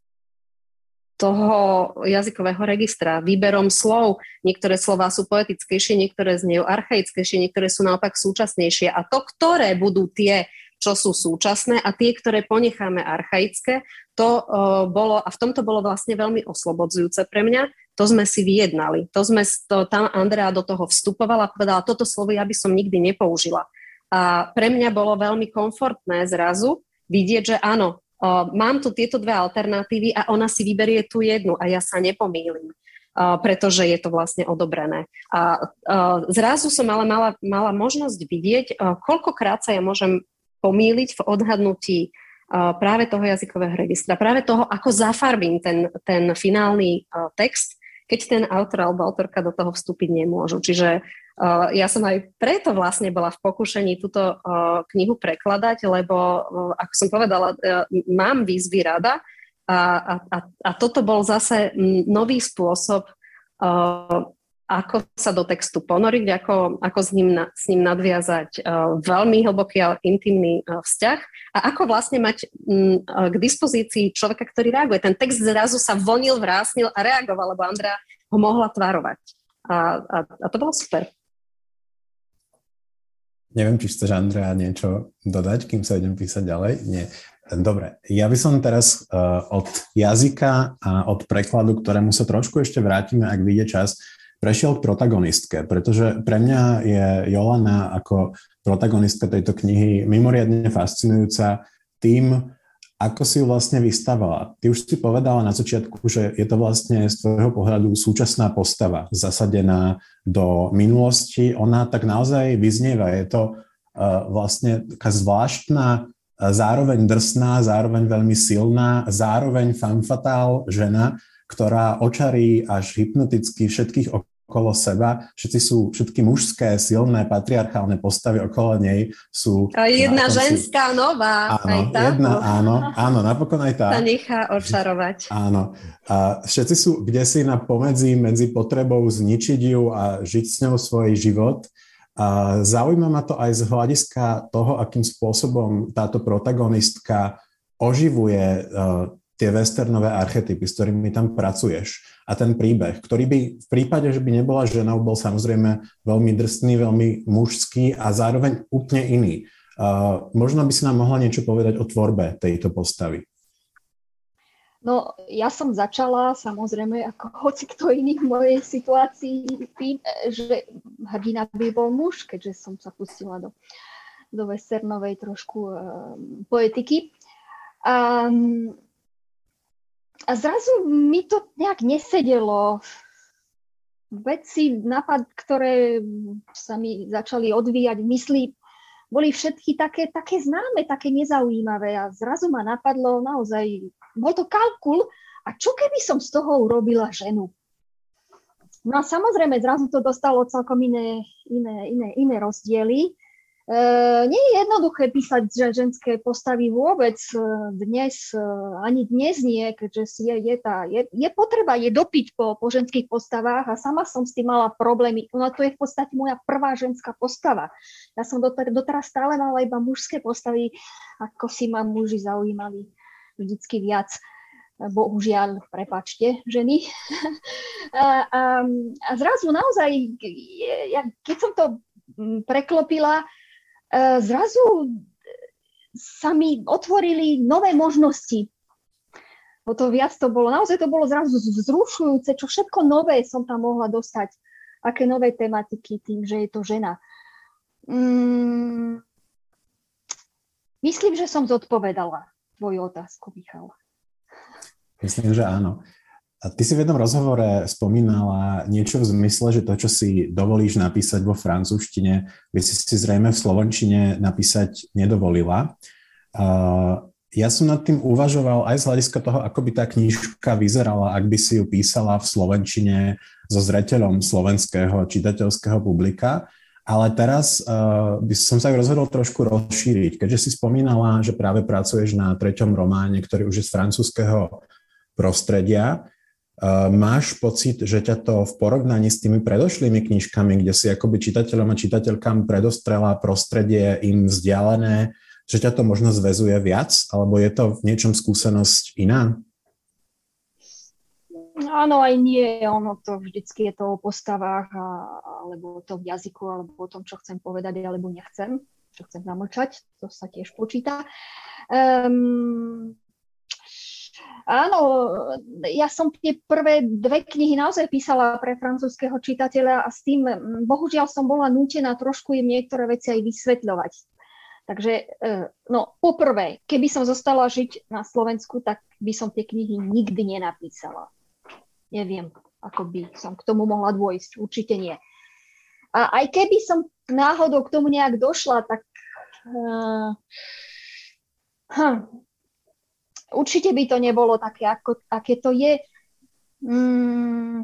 S3: toho jazykového registra, výberom slov. Niektoré slová sú poetickejšie, niektoré znejú archaickejšie, niektoré sú naopak súčasnejšie a to, ktoré budú tie, čo sú súčasné a tie, ktoré ponecháme archaické, to uh, bolo, a v tomto bolo vlastne veľmi oslobodzujúce pre mňa, to sme si vyjednali. To sme, to, tam Andrea do toho vstupovala a povedala, toto slovo ja by som nikdy nepoužila. A pre mňa bolo veľmi komfortné zrazu vidieť, že áno, uh, mám tu tieto dve alternatívy a ona si vyberie tú jednu a ja sa nepomýlim. Uh, pretože je to vlastne odobrené. A uh, zrazu som ale mala, mala možnosť vidieť, uh, koľkokrát sa ja môžem pomýliť v odhadnutí uh, práve toho jazykového registra, práve toho, ako zafarbím ten, ten finálny uh, text, keď ten autor alebo autorka do toho vstúpiť nemôžu. Čiže uh, ja som aj preto vlastne bola v pokušení túto uh, knihu prekladať, lebo, uh, ako som povedala, uh, mám výzvy rada a, a, a, a toto bol zase nový spôsob, uh, ako sa do textu ponoriť, ako, ako s, ním na, s ním nadviazať uh, veľmi hlboký a intimný uh, vzťah a ako vlastne mať um, k dispozícii človeka, ktorý reaguje. Ten text zrazu sa vonil, vrásnil a reagoval, lebo Andrea ho mohla tvarovať. A, a, a to bolo super.
S1: Neviem, či chceš, Andrea, niečo dodať, kým sa idem písať ďalej? Nie. Dobre, ja by som teraz uh, od jazyka a od prekladu, ktorému sa trošku ešte vrátime, ak vyjde čas, prešiel k protagonistke, pretože pre mňa je Jolana ako protagonistka tejto knihy mimoriadne fascinujúca tým, ako si ju vlastne vystavala? Ty už si povedala na začiatku, že je to vlastne z tvojho pohľadu súčasná postava, zasadená do minulosti. Ona tak naozaj vyznieva. Je to uh, vlastne taká zvláštna, zároveň drsná, zároveň veľmi silná, zároveň femme fatale žena, ktorá očarí až hypnoticky všetkých okolo seba. Všetci sú, všetky mužské, silné, patriarchálne postavy okolo nej sú...
S3: A jedna ženská nová.
S1: Áno,
S3: aj tá,
S1: jedna, áno, áno, napokon aj tá.
S3: Sa nechá očarovať.
S1: Áno. A všetci sú kdesi na pomedzi medzi potrebou zničiť ju a žiť s ňou svoj život. A zaujíma ma to aj z hľadiska toho, akým spôsobom táto protagonistka oživuje uh, tie westernové archetypy, s ktorými tam pracuješ. A ten príbeh, ktorý by v prípade, že by nebola ženou, bol samozrejme veľmi drsný, veľmi mužský a zároveň úplne iný. Uh, možno by si nám mohla niečo povedať o tvorbe tejto postavy.
S2: No, ja som začala, samozrejme, ako hoci kto iný v mojej situácii, tým, že hrdina by bol muž, keďže som sa pustila do, do westernovej trošku uh, poetiky. Um, a zrazu mi to nejak nesedelo. Veci, nápad, ktoré sa mi začali odvíjať v mysli, boli všetky také, také známe, také nezaujímavé a zrazu ma napadlo naozaj, bol to kalkul a čo keby som z toho urobila ženu? No a samozrejme zrazu to dostalo celkom iné, iné, iné, iné rozdiely. E, nie je jednoduché písať ženské postavy vôbec dnes, ani dnes nie, keďže je, je, tá, je, je potreba, je dopyt po, po ženských postavách a sama som s tým mala problémy. No to je v podstate moja prvá ženská postava. Ja som doteraz stále mala iba mužské postavy, ako si ma muži zaujímali vždycky viac. Bohužiaľ, prepáčte, ženy. a, a, a zrazu naozaj, ja, keď som to preklopila, zrazu sa mi otvorili nové možnosti. O to viac to bolo, naozaj to bolo zrazu vzrušujúce, čo všetko nové som tam mohla dostať. Aké nové tematiky tým, že je to žena. Mm, myslím, že som zodpovedala tvoju otázku, Michal.
S1: Myslím, že áno. A ty si v jednom rozhovore spomínala niečo v zmysle, že to, čo si dovolíš napísať vo francúzštine, by si si zrejme v slovenčine napísať nedovolila. Uh, ja som nad tým uvažoval aj z hľadiska toho, ako by tá knižka vyzerala, ak by si ju písala v slovenčine so zreteľom slovenského čitateľského publika, ale teraz uh, by som sa ju rozhodol trošku rozšíriť, keďže si spomínala, že práve pracuješ na treťom románe, ktorý už je z francúzskeho prostredia. Uh, máš pocit, že ťa to v porovnaní s tými predošlými knižkami, kde si akoby čitateľom a čitateľkám predostrela prostredie im vzdialené, že ťa to možno zväzuje viac? Alebo je to v niečom skúsenosť iná?
S2: Áno, aj nie. Ono to vždycky je to o postavách, a, alebo to v jazyku, alebo o tom, čo chcem povedať, alebo nechcem, čo chcem zamlčať. To sa tiež počíta. Um, Áno, ja som tie prvé dve knihy naozaj písala pre francúzskeho čitateľa a s tým, bohužiaľ som bola nútená trošku im niektoré veci aj vysvetľovať. Takže, no, poprvé, keby som zostala žiť na Slovensku, tak by som tie knihy nikdy nenapísala. Neviem, ako by som k tomu mohla dôjsť, určite nie. A aj keby som náhodou k tomu nejak došla, tak... Uh, huh, určite by to nebolo také, ako, aké to je. Mm,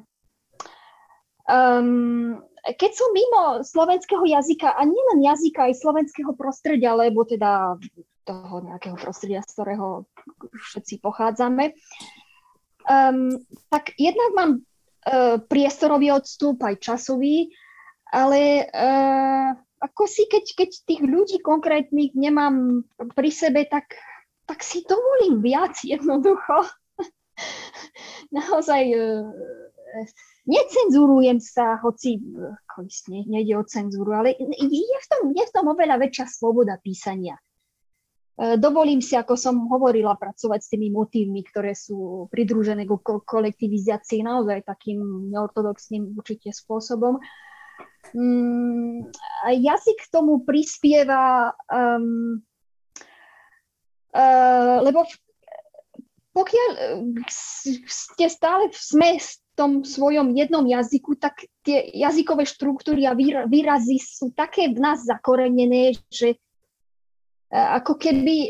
S2: um, keď som mimo slovenského jazyka, a nielen jazyka, aj slovenského prostredia, lebo teda toho nejakého prostredia, z ktorého všetci pochádzame, um, tak jednak mám uh, priestorový odstup, aj časový, ale uh, ako si, keď, keď tých ľudí konkrétnych nemám pri sebe, tak tak si dovolím viac jednoducho. Naozaj uh, necenzurujem sa, hoci uh, ne, nejde o cenzúru, ale je v tom, je v tom oveľa väčšia sloboda písania. Uh, dovolím si, ako som hovorila, pracovať s tými motívmi, ktoré sú pridružené ku kolektivizácii naozaj takým neortodoxným určite spôsobom. Um, jazyk k tomu prispieva... Um, Uh, lebo pokiaľ ste stále sme v tom svojom jednom jazyku, tak tie jazykové štruktúry a výrazy sú také v nás zakorenené, že ako keby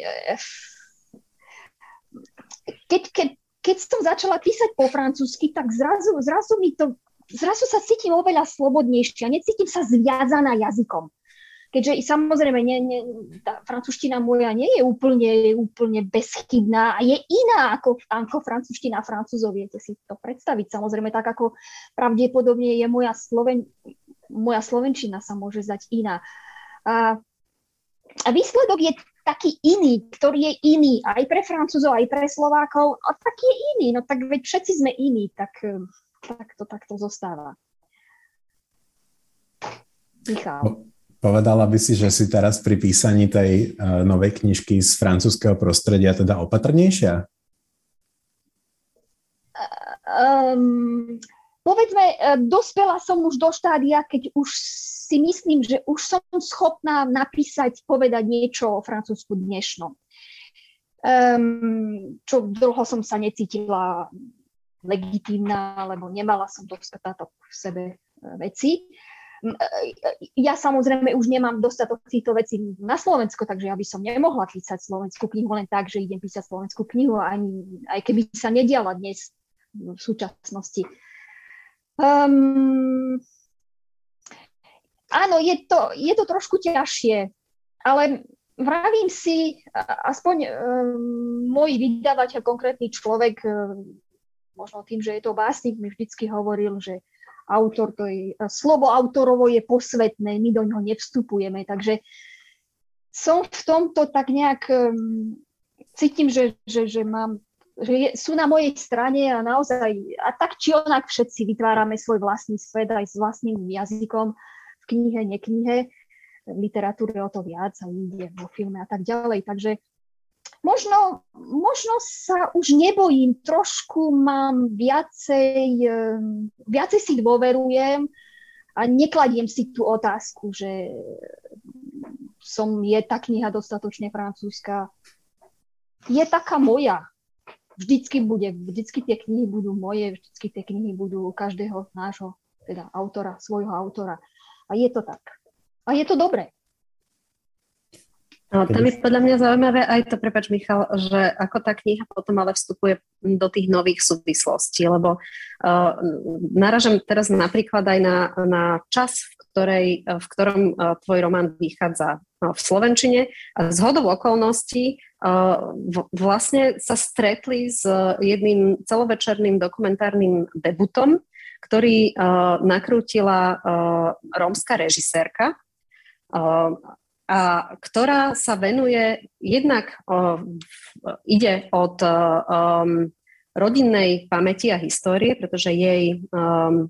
S2: keď, keď, keď som začala písať po francúzsky, tak zrazu, zrazu mi to zrazu sa cítim oveľa slobodnejšia, necítim sa zviazaná jazykom. Keďže samozrejme nie, nie, tá francúzština moja nie je úplne, úplne bezchybná a je iná ako, ako francúzština Francúzov, viete si to predstaviť. Samozrejme tak ako pravdepodobne je moja, Sloven, moja slovenčina sa môže zdať iná. A, a výsledok je taký iný, ktorý je iný aj pre Francúzov, aj pre Slovákov, a taký je iný, no tak veď všetci sme iní, tak... Tak to, tak to zostáva. Michal.
S1: Povedala by si, že si teraz pri písaní tej uh, novej knižky z francúzskeho prostredia teda opatrnejšia?
S2: Um, povedzme, dospela som už do štádia, keď už si myslím, že už som schopná napísať, povedať niečo o Francúzsku dnešnom. Um, čo dlho som sa necítila legitímna, lebo nemala som dostatok v sebe veci. Ja samozrejme už nemám dostatok týchto vecí na Slovensku, takže ja by som nemohla písať slovenskú knihu len tak, že idem písať slovenskú knihu, ani, aj keby sa nediala dnes v súčasnosti. Um, áno, je to, je to trošku ťažšie, ale vravím si, aspoň um, môj vydavateľ, konkrétny človek, um, možno tým, že je to básnik, mi vždycky hovoril, že autor, to je, slovo autorovo je posvetné, my do ňoho nevstupujeme, takže som v tomto tak nejak, um, cítim, že, že, že, mám, že je, sú na mojej strane a naozaj, a tak či onak všetci vytvárame svoj vlastný svet aj s vlastným jazykom v knihe, neknihe, v literatúre o to viac a inde vo filme a tak ďalej, takže Možno, možno sa už nebojím, trošku mám viacej, viacej si dôverujem a nekladiem si tú otázku, že som, je tá kniha dostatočne francúzska. Je taká moja. Vždycky bude, vždycky tie knihy budú moje, vždycky tie knihy budú každého nášho, teda autora, svojho autora. A je to tak. A je to dobré.
S3: No, tam je podľa mňa zaujímavé aj to, prepáč Michal, že ako tá kniha potom ale vstupuje do tých nových súvislostí, lebo uh, naražam teraz napríklad aj na, na čas, v, ktorej, v ktorom uh, tvoj román vychádza uh, v slovenčine a zhodou okolností uh, v, vlastne sa stretli s uh, jedným celovečerným dokumentárnym debutom, ktorý uh, nakrútila uh, rómska režisérka, uh, a ktorá sa venuje, jednak uh, ide od uh, um, rodinnej pamäti a histórie, pretože jej um,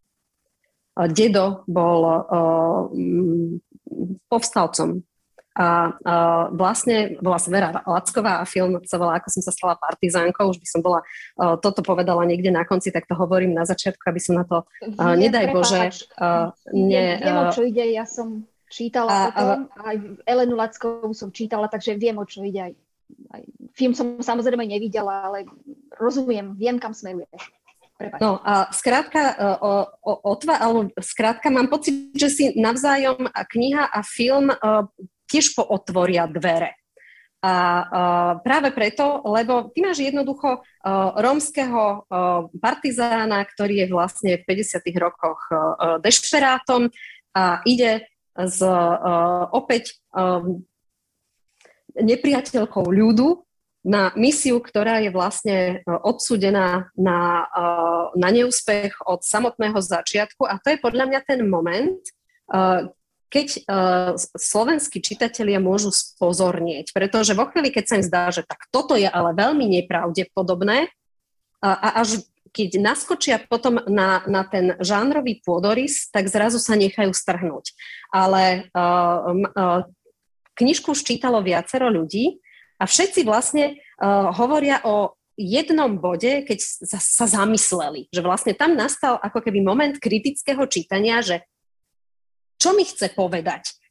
S3: dedo bol uh, um, povstalcom. A uh, vlastne bola sa Vera Lacková a film sa volá Ako som sa stala partizánkou. Už by som bola uh, toto povedala niekde na konci, tak to hovorím na začiatku, aby som na to, uh, nedaj Bože... Uh,
S2: ne, Viem, o čo ide, ja som... Čítala a, o tom, aj Elenu Lackovú som čítala, takže viem, o čo ide. Aj, aj film som samozrejme nevidela, ale rozumiem, viem, kam smeruje. Prepáč. No
S3: a skrátka, o, o, o tva, alebo skrátka mám pocit, že si navzájom kniha a film uh, tiež pootvoria dvere. A uh, práve preto, lebo ty máš jednoducho uh, rómskeho uh, partizána, ktorý je vlastne v päťdesiatych rokoch uh, dešperátom a ide s uh, opäť um, nepriateľkou ľudu na misiu, ktorá je vlastne uh, odsúdená na, uh, na neúspech od samotného začiatku. A to je podľa mňa ten moment, uh, keď uh, slovenskí čitatelia môžu spozornieť. Pretože vo chvíli, keď sa im zdá, že tak toto je ale veľmi nepravdepodobné uh, a až keď naskočia potom na, na ten žánrový pôdorys, tak zrazu sa nechajú strhnúť. Ale uh, uh, knižku už čítalo viacero ľudí a všetci vlastne uh, hovoria o jednom bode, keď sa, sa zamysleli, že vlastne tam nastal ako keby moment kritického čítania, že čo mi chce povedať?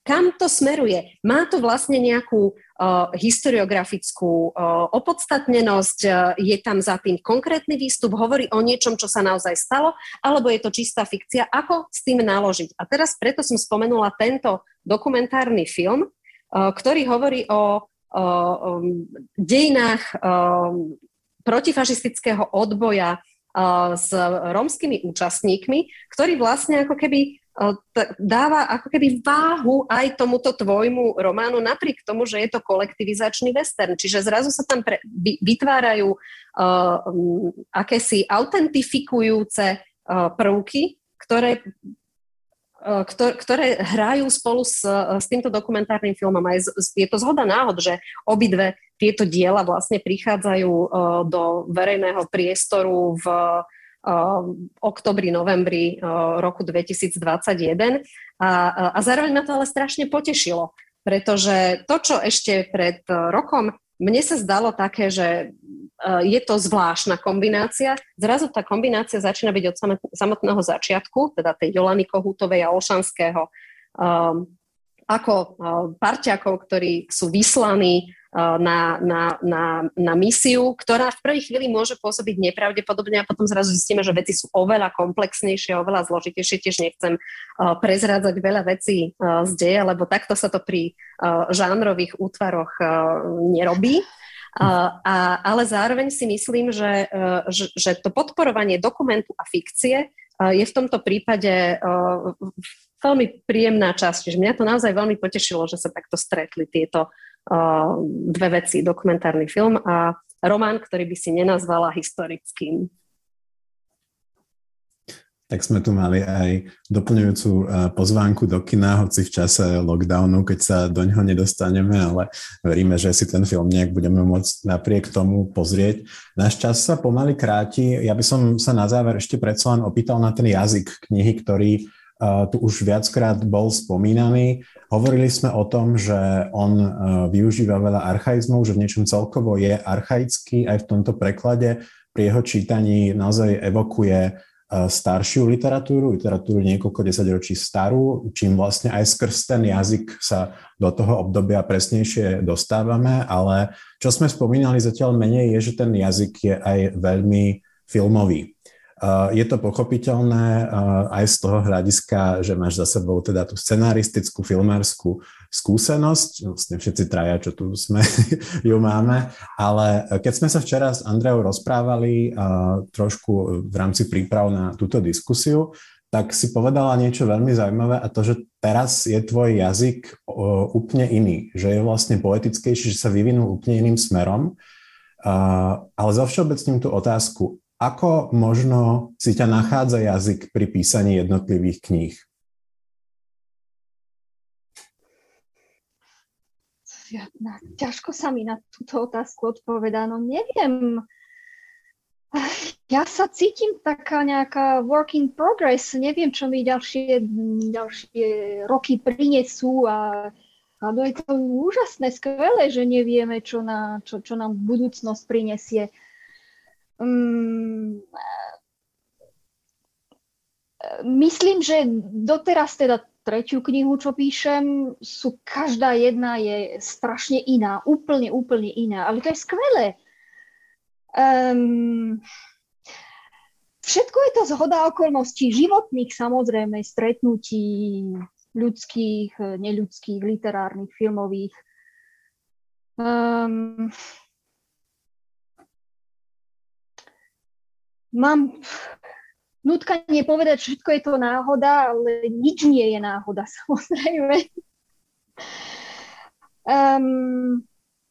S3: kam to smeruje. Má to vlastne nejakú uh, historiografickú uh, opodstatnenosť, uh, je tam za tým konkrétny výstup, hovorí o niečom, čo sa naozaj stalo, alebo je to čistá fikcia, ako s tým naložiť. A teraz preto som spomenula tento dokumentárny film, uh, ktorý hovorí o, o um, dejinách um, protifašistického odboja uh, s rómskymi účastníkmi, ktorý vlastne ako keby uh, t- dáva ako keby váhu aj tomuto tvojmu románu, napriek tomu, že je to kolektivizačný western. Čiže zrazu sa tam pre- vytvárajú uh, um, akési autentifikujúce uh, prvky, ktoré ktoré hrajú spolu s, s týmto dokumentárnym filmom. Aj je to zhoda náhod, že obidve tieto diela vlastne prichádzajú do verejného priestoru v oktobri, novembri roku dvetisícdvadsaťjeden. A, a zároveň ma to ale strašne potešilo, pretože to, čo ešte pred rokom mne sa zdalo také, že je to zvláštna kombinácia. Zrazu tá kombinácia začína byť od samotného začiatku, teda tej Jolany Kohútovej a Olšanského, um, ako um, parťákov, ktorí sú vyslaní uh, na, na, na, na misiu, ktorá v prvej chvíli môže pôsobiť nepravdepodobne a potom zrazu zistíme, že veci sú oveľa komplexnejšie, oveľa zložitejšie. Tiež nechcem uh, prezrádzať veľa vecí uh, z deje, lebo takto sa to pri uh, žánrových útvaroch uh, nerobí. Uh, a, ale zároveň si myslím, že, uh, že, že to podporovanie dokumentu a fikcie uh, je v tomto prípade uh, veľmi príjemná časť. Čiže mňa to naozaj veľmi potešilo, že sa takto stretli tieto uh, dve veci, dokumentárny film a román, ktorý by si nenazvala historickým.
S1: Tak sme tu mali aj doplňujúcu pozvánku do kina, hoci v čase lockdownu, keď sa do ňoho nedostaneme, ale veríme, že si ten film nejak budeme môcť napriek tomu pozrieť. Náš čas sa pomaly kráti. Ja by som sa na záver ešte predsa len opýtal na ten jazyk knihy, ktorý tu už viackrát bol spomínaný. Hovorili sme o tom, že on využíva veľa archaizmov, že v niečom celkovo je archaický aj v tomto preklade. Pri jeho čítaní naozaj evokuje staršiu literatúru, literatúru niekoľko desaťročí starú, čím vlastne aj skrz ten jazyk sa do toho obdobia presnejšie dostávame, ale čo sme spomínali zatiaľ menej je, že ten jazyk je aj veľmi filmový. Je to pochopiteľné aj z toho hľadiska, že máš za sebou teda tú scenaristickú, filmárskú skúsenosť, vlastne všetci traja, čo tu sme, ju máme, ale keď sme sa včera s Andreou rozprávali trošku v rámci príprav na túto diskusiu, tak si povedala niečo veľmi zaujímavé a to, že teraz je tvoj jazyk úplne iný, že je vlastne poetickejší, že sa vyvinul úplne iným smerom, ale zovšeobecním tú otázku, ako možno si ťa nachádza jazyk pri písaní jednotlivých kníh?
S2: Ja, na, ťažko sa mi na túto otázku odpovedá. No neviem. Ja sa cítim taká nejaká work in progress. Neviem, čo mi ďalšie, ďalšie roky prinesú a, a to je to úžasné, skvelé, že nevieme, čo, na, čo, čo nám budúcnosť prinesie. Um, myslím, že doteraz teda tretiu knihu, čo píšem, sú každá jedna je strašne iná, úplne, úplne iná, ale to je skvelé. Um, všetko je to zhoda okolností životných, samozrejme, stretnutí ľudských, neľudských, literárnych, filmových. Um, Mám nutkanie povedať, že všetko je to náhoda, ale nič nie je náhoda, samozrejme. Um,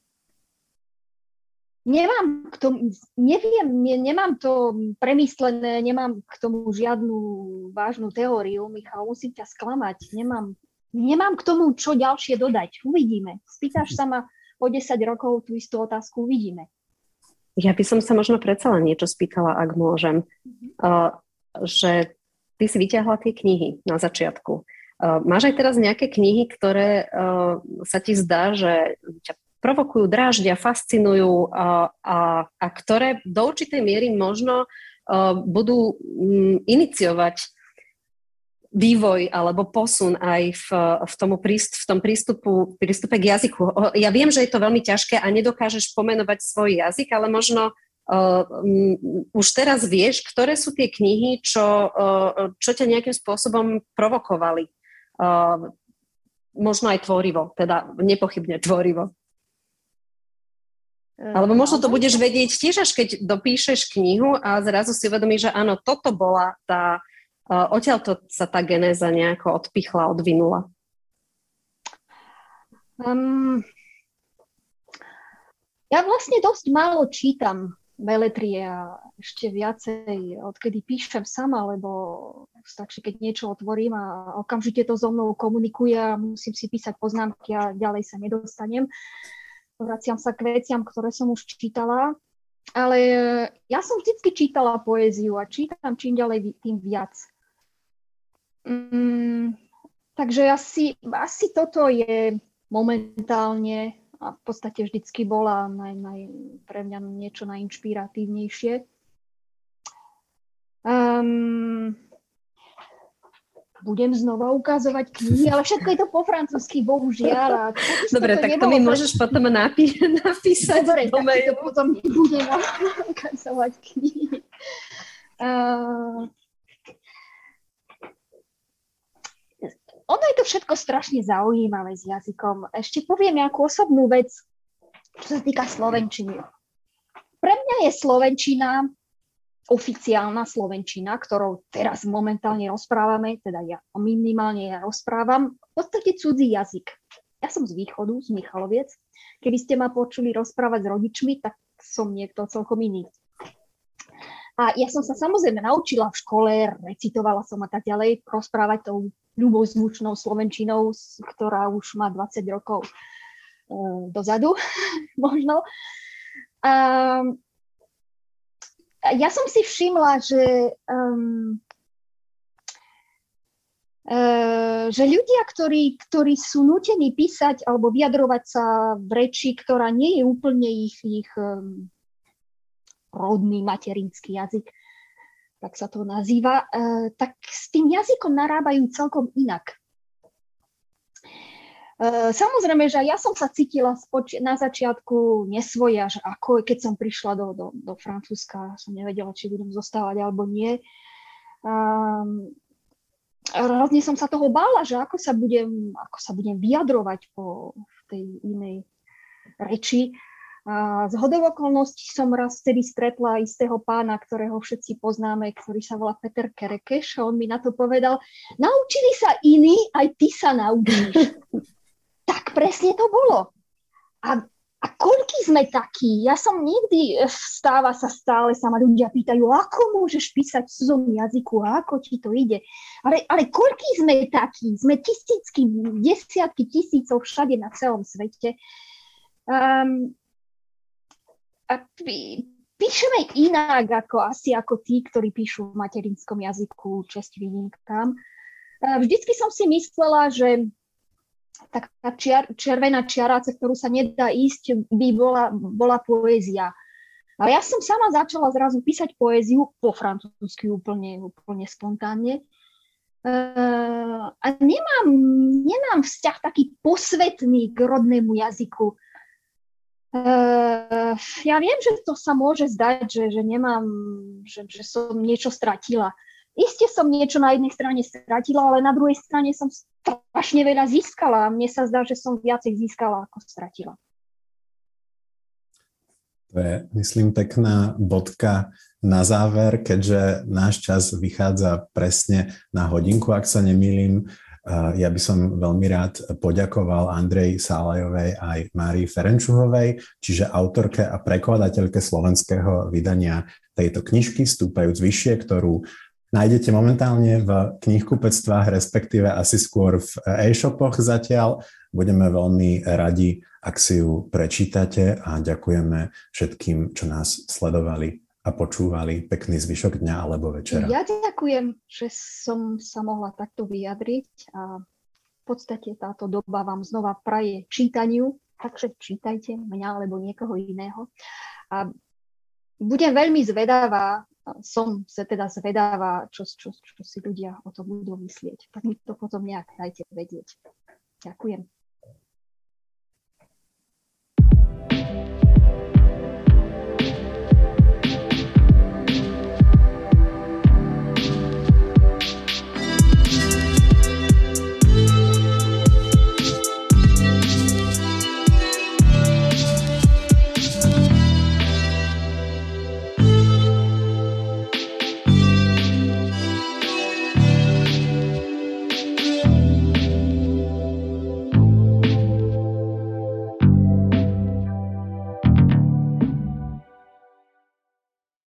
S2: nemám k tomu, neviem, ne, nemám to premyslené, nemám k tomu žiadnu vážnu teóriu. Michal, musím ťa sklamať. Nemám, nemám k tomu, čo ďalšie dodať. Uvidíme. Spýtaš sa ma o desať rokov tú istú otázku, uvidíme.
S3: Ja by som sa možno predsa len niečo spýtala, ak môžem. Uh, že ty si vyťahla tie knihy na začiatku. Uh, máš aj teraz nejaké knihy, ktoré uh, sa ti zdá, že ťa provokujú, dráždia, fascinujú uh, a, a ktoré do určitej miery možno uh, budú um, iniciovať vývoj alebo posun aj v, v, tomu príst, v tom prístupu, prístupe k jazyku. Ja viem, že je to veľmi ťažké a nedokážeš pomenovať svoj jazyk, ale možno uh, um, už teraz vieš, ktoré sú tie knihy, čo, uh, čo ťa nejakým spôsobom provokovali. Uh, možno aj tvorivo, teda nepochybne tvorivo. Alebo možno to budeš vedieť tiež, až keď dopíšeš knihu a zrazu si uvedomíš, že áno, toto bola tá Uh, odtiaľto sa tá genéza nejako odpichla, odvinula?
S2: Um, ja vlastne dosť málo čítam beletrie a ešte viacej, odkedy píšem sama, lebo stačí, keď niečo otvorím a okamžite to so mnou komunikuje a musím si písať poznámky a ďalej sa nedostanem. Vraciam sa k veciam, ktoré som už čítala. Ale ja som vždycky čítala poéziu a čítam čím ďalej tým viac. Mm, takže asi, asi toto je momentálne a v podstate vždycky bola naj, naj, pre mňa niečo najinšpiratívnejšie. Um, budem znova ukazovať knihy, ale všetko je to po francúzsky, bohužiaľ. A
S3: dobre, to tak to mi môžeš pre... potom napí- napísať.
S2: Dobre, tak to potom nebudem ukazovať knihy. Uh, Ono je to všetko strašne zaujímavé s jazykom. Ešte poviem nejakú osobnú vec, čo sa týka slovenčiny. Pre mňa je slovenčina, oficiálna slovenčina, ktorou teraz momentálne rozprávame, teda ja minimálne ja rozprávam, v podstate cudzí jazyk. Ja som z východu, z Michaloviec. Keby ste ma počuli rozprávať s rodičmi, tak som niekto celkom iný. A ja som sa samozrejme naučila v škole, recitovala som a tak ďalej, rozprávať tou ľubozvučnou slovenčinou, ktorá už má dvadsať rokov uh, dozadu, možno. Um, ja som si všimla, že, um, uh, že ľudia, ktorí, ktorí sú nútení písať alebo vyjadrovať sa v reči, ktorá nie je úplne ich, ich um, rodný materinský jazyk, tak sa to nazýva, uh, tak s tým jazykom narábajú celkom inak. Uh, samozrejme, že ja som sa cítila spoč- na začiatku nesvoja, že ako keď som prišla do, do, do Francúzska, som nevedela, či budem zostávať alebo nie. Um, Hrozne som sa toho bála, že ako sa budem, ako sa budem vyjadrovať po tej inej reči. A z hodou okolností som raz vtedy stretla istého pána, ktorého všetci poznáme, ktorý sa volá Peter Kerekeš. A on mi na to povedal, naučili sa iní, aj ty sa naučíš. Tak presne to bolo. A, a koľký sme takí? Ja som nikdy, stáva sa stále, sa ma ľudia pýtajú, ako môžeš písať v cudzom jazyku, ako ti to ide? Ale, ale koľký sme takí? Sme tisícky, desiatky tisícov všade na celom svete. Um, A pí, píšeme inak ako asi ako tí, ktorí píšu v materinskom jazyku, česť výnimkám. Vždycky som si myslela, že taká čiar, červená čiara, cez ktorú sa nedá ísť, by bola, bola poézia. Ale ja som sama začala zrazu písať poéziu po francúzsky úplne, úplne spontánne. A nemám, nemám vzťah taký posvetný k rodnému jazyku. Uh, ja viem, že to sa môže zdať, že, že nemám, že, že som niečo stratila. Isté som niečo na jednej strane stratila, ale na druhej strane som strašne veľa získala. Mne sa zdá, že som viacej získala, ako stratila.
S1: To je, myslím, pekná bodka na záver, keďže náš čas vychádza presne na hodinku, ak sa nemýlim. Ja by som veľmi rád poďakoval Andreji Sálajovej aj Márii Ferenčuhovej, čiže autorke a prekladateľke slovenského vydania tejto knižky Stúpajúc vyššie, ktorú nájdete momentálne v knihkupectvách, respektíve asi skôr v e-shopoch zatiaľ. Budeme veľmi radi, ak si ju prečítate a ďakujeme všetkým, čo nás sledovali a počúvali. Pekný zvyšok dňa alebo večera.
S2: Ja ďakujem, že som sa mohla takto vyjadriť a v podstate táto doba vám znova praje čítaniu, takže čítajte mňa alebo niekoho iného. A budem veľmi zvedavá, som sa teda zvedáva, čo, čo, čo si ľudia o to budú myslieť. Tak mi to potom nejak dajte vedieť. Ďakujem.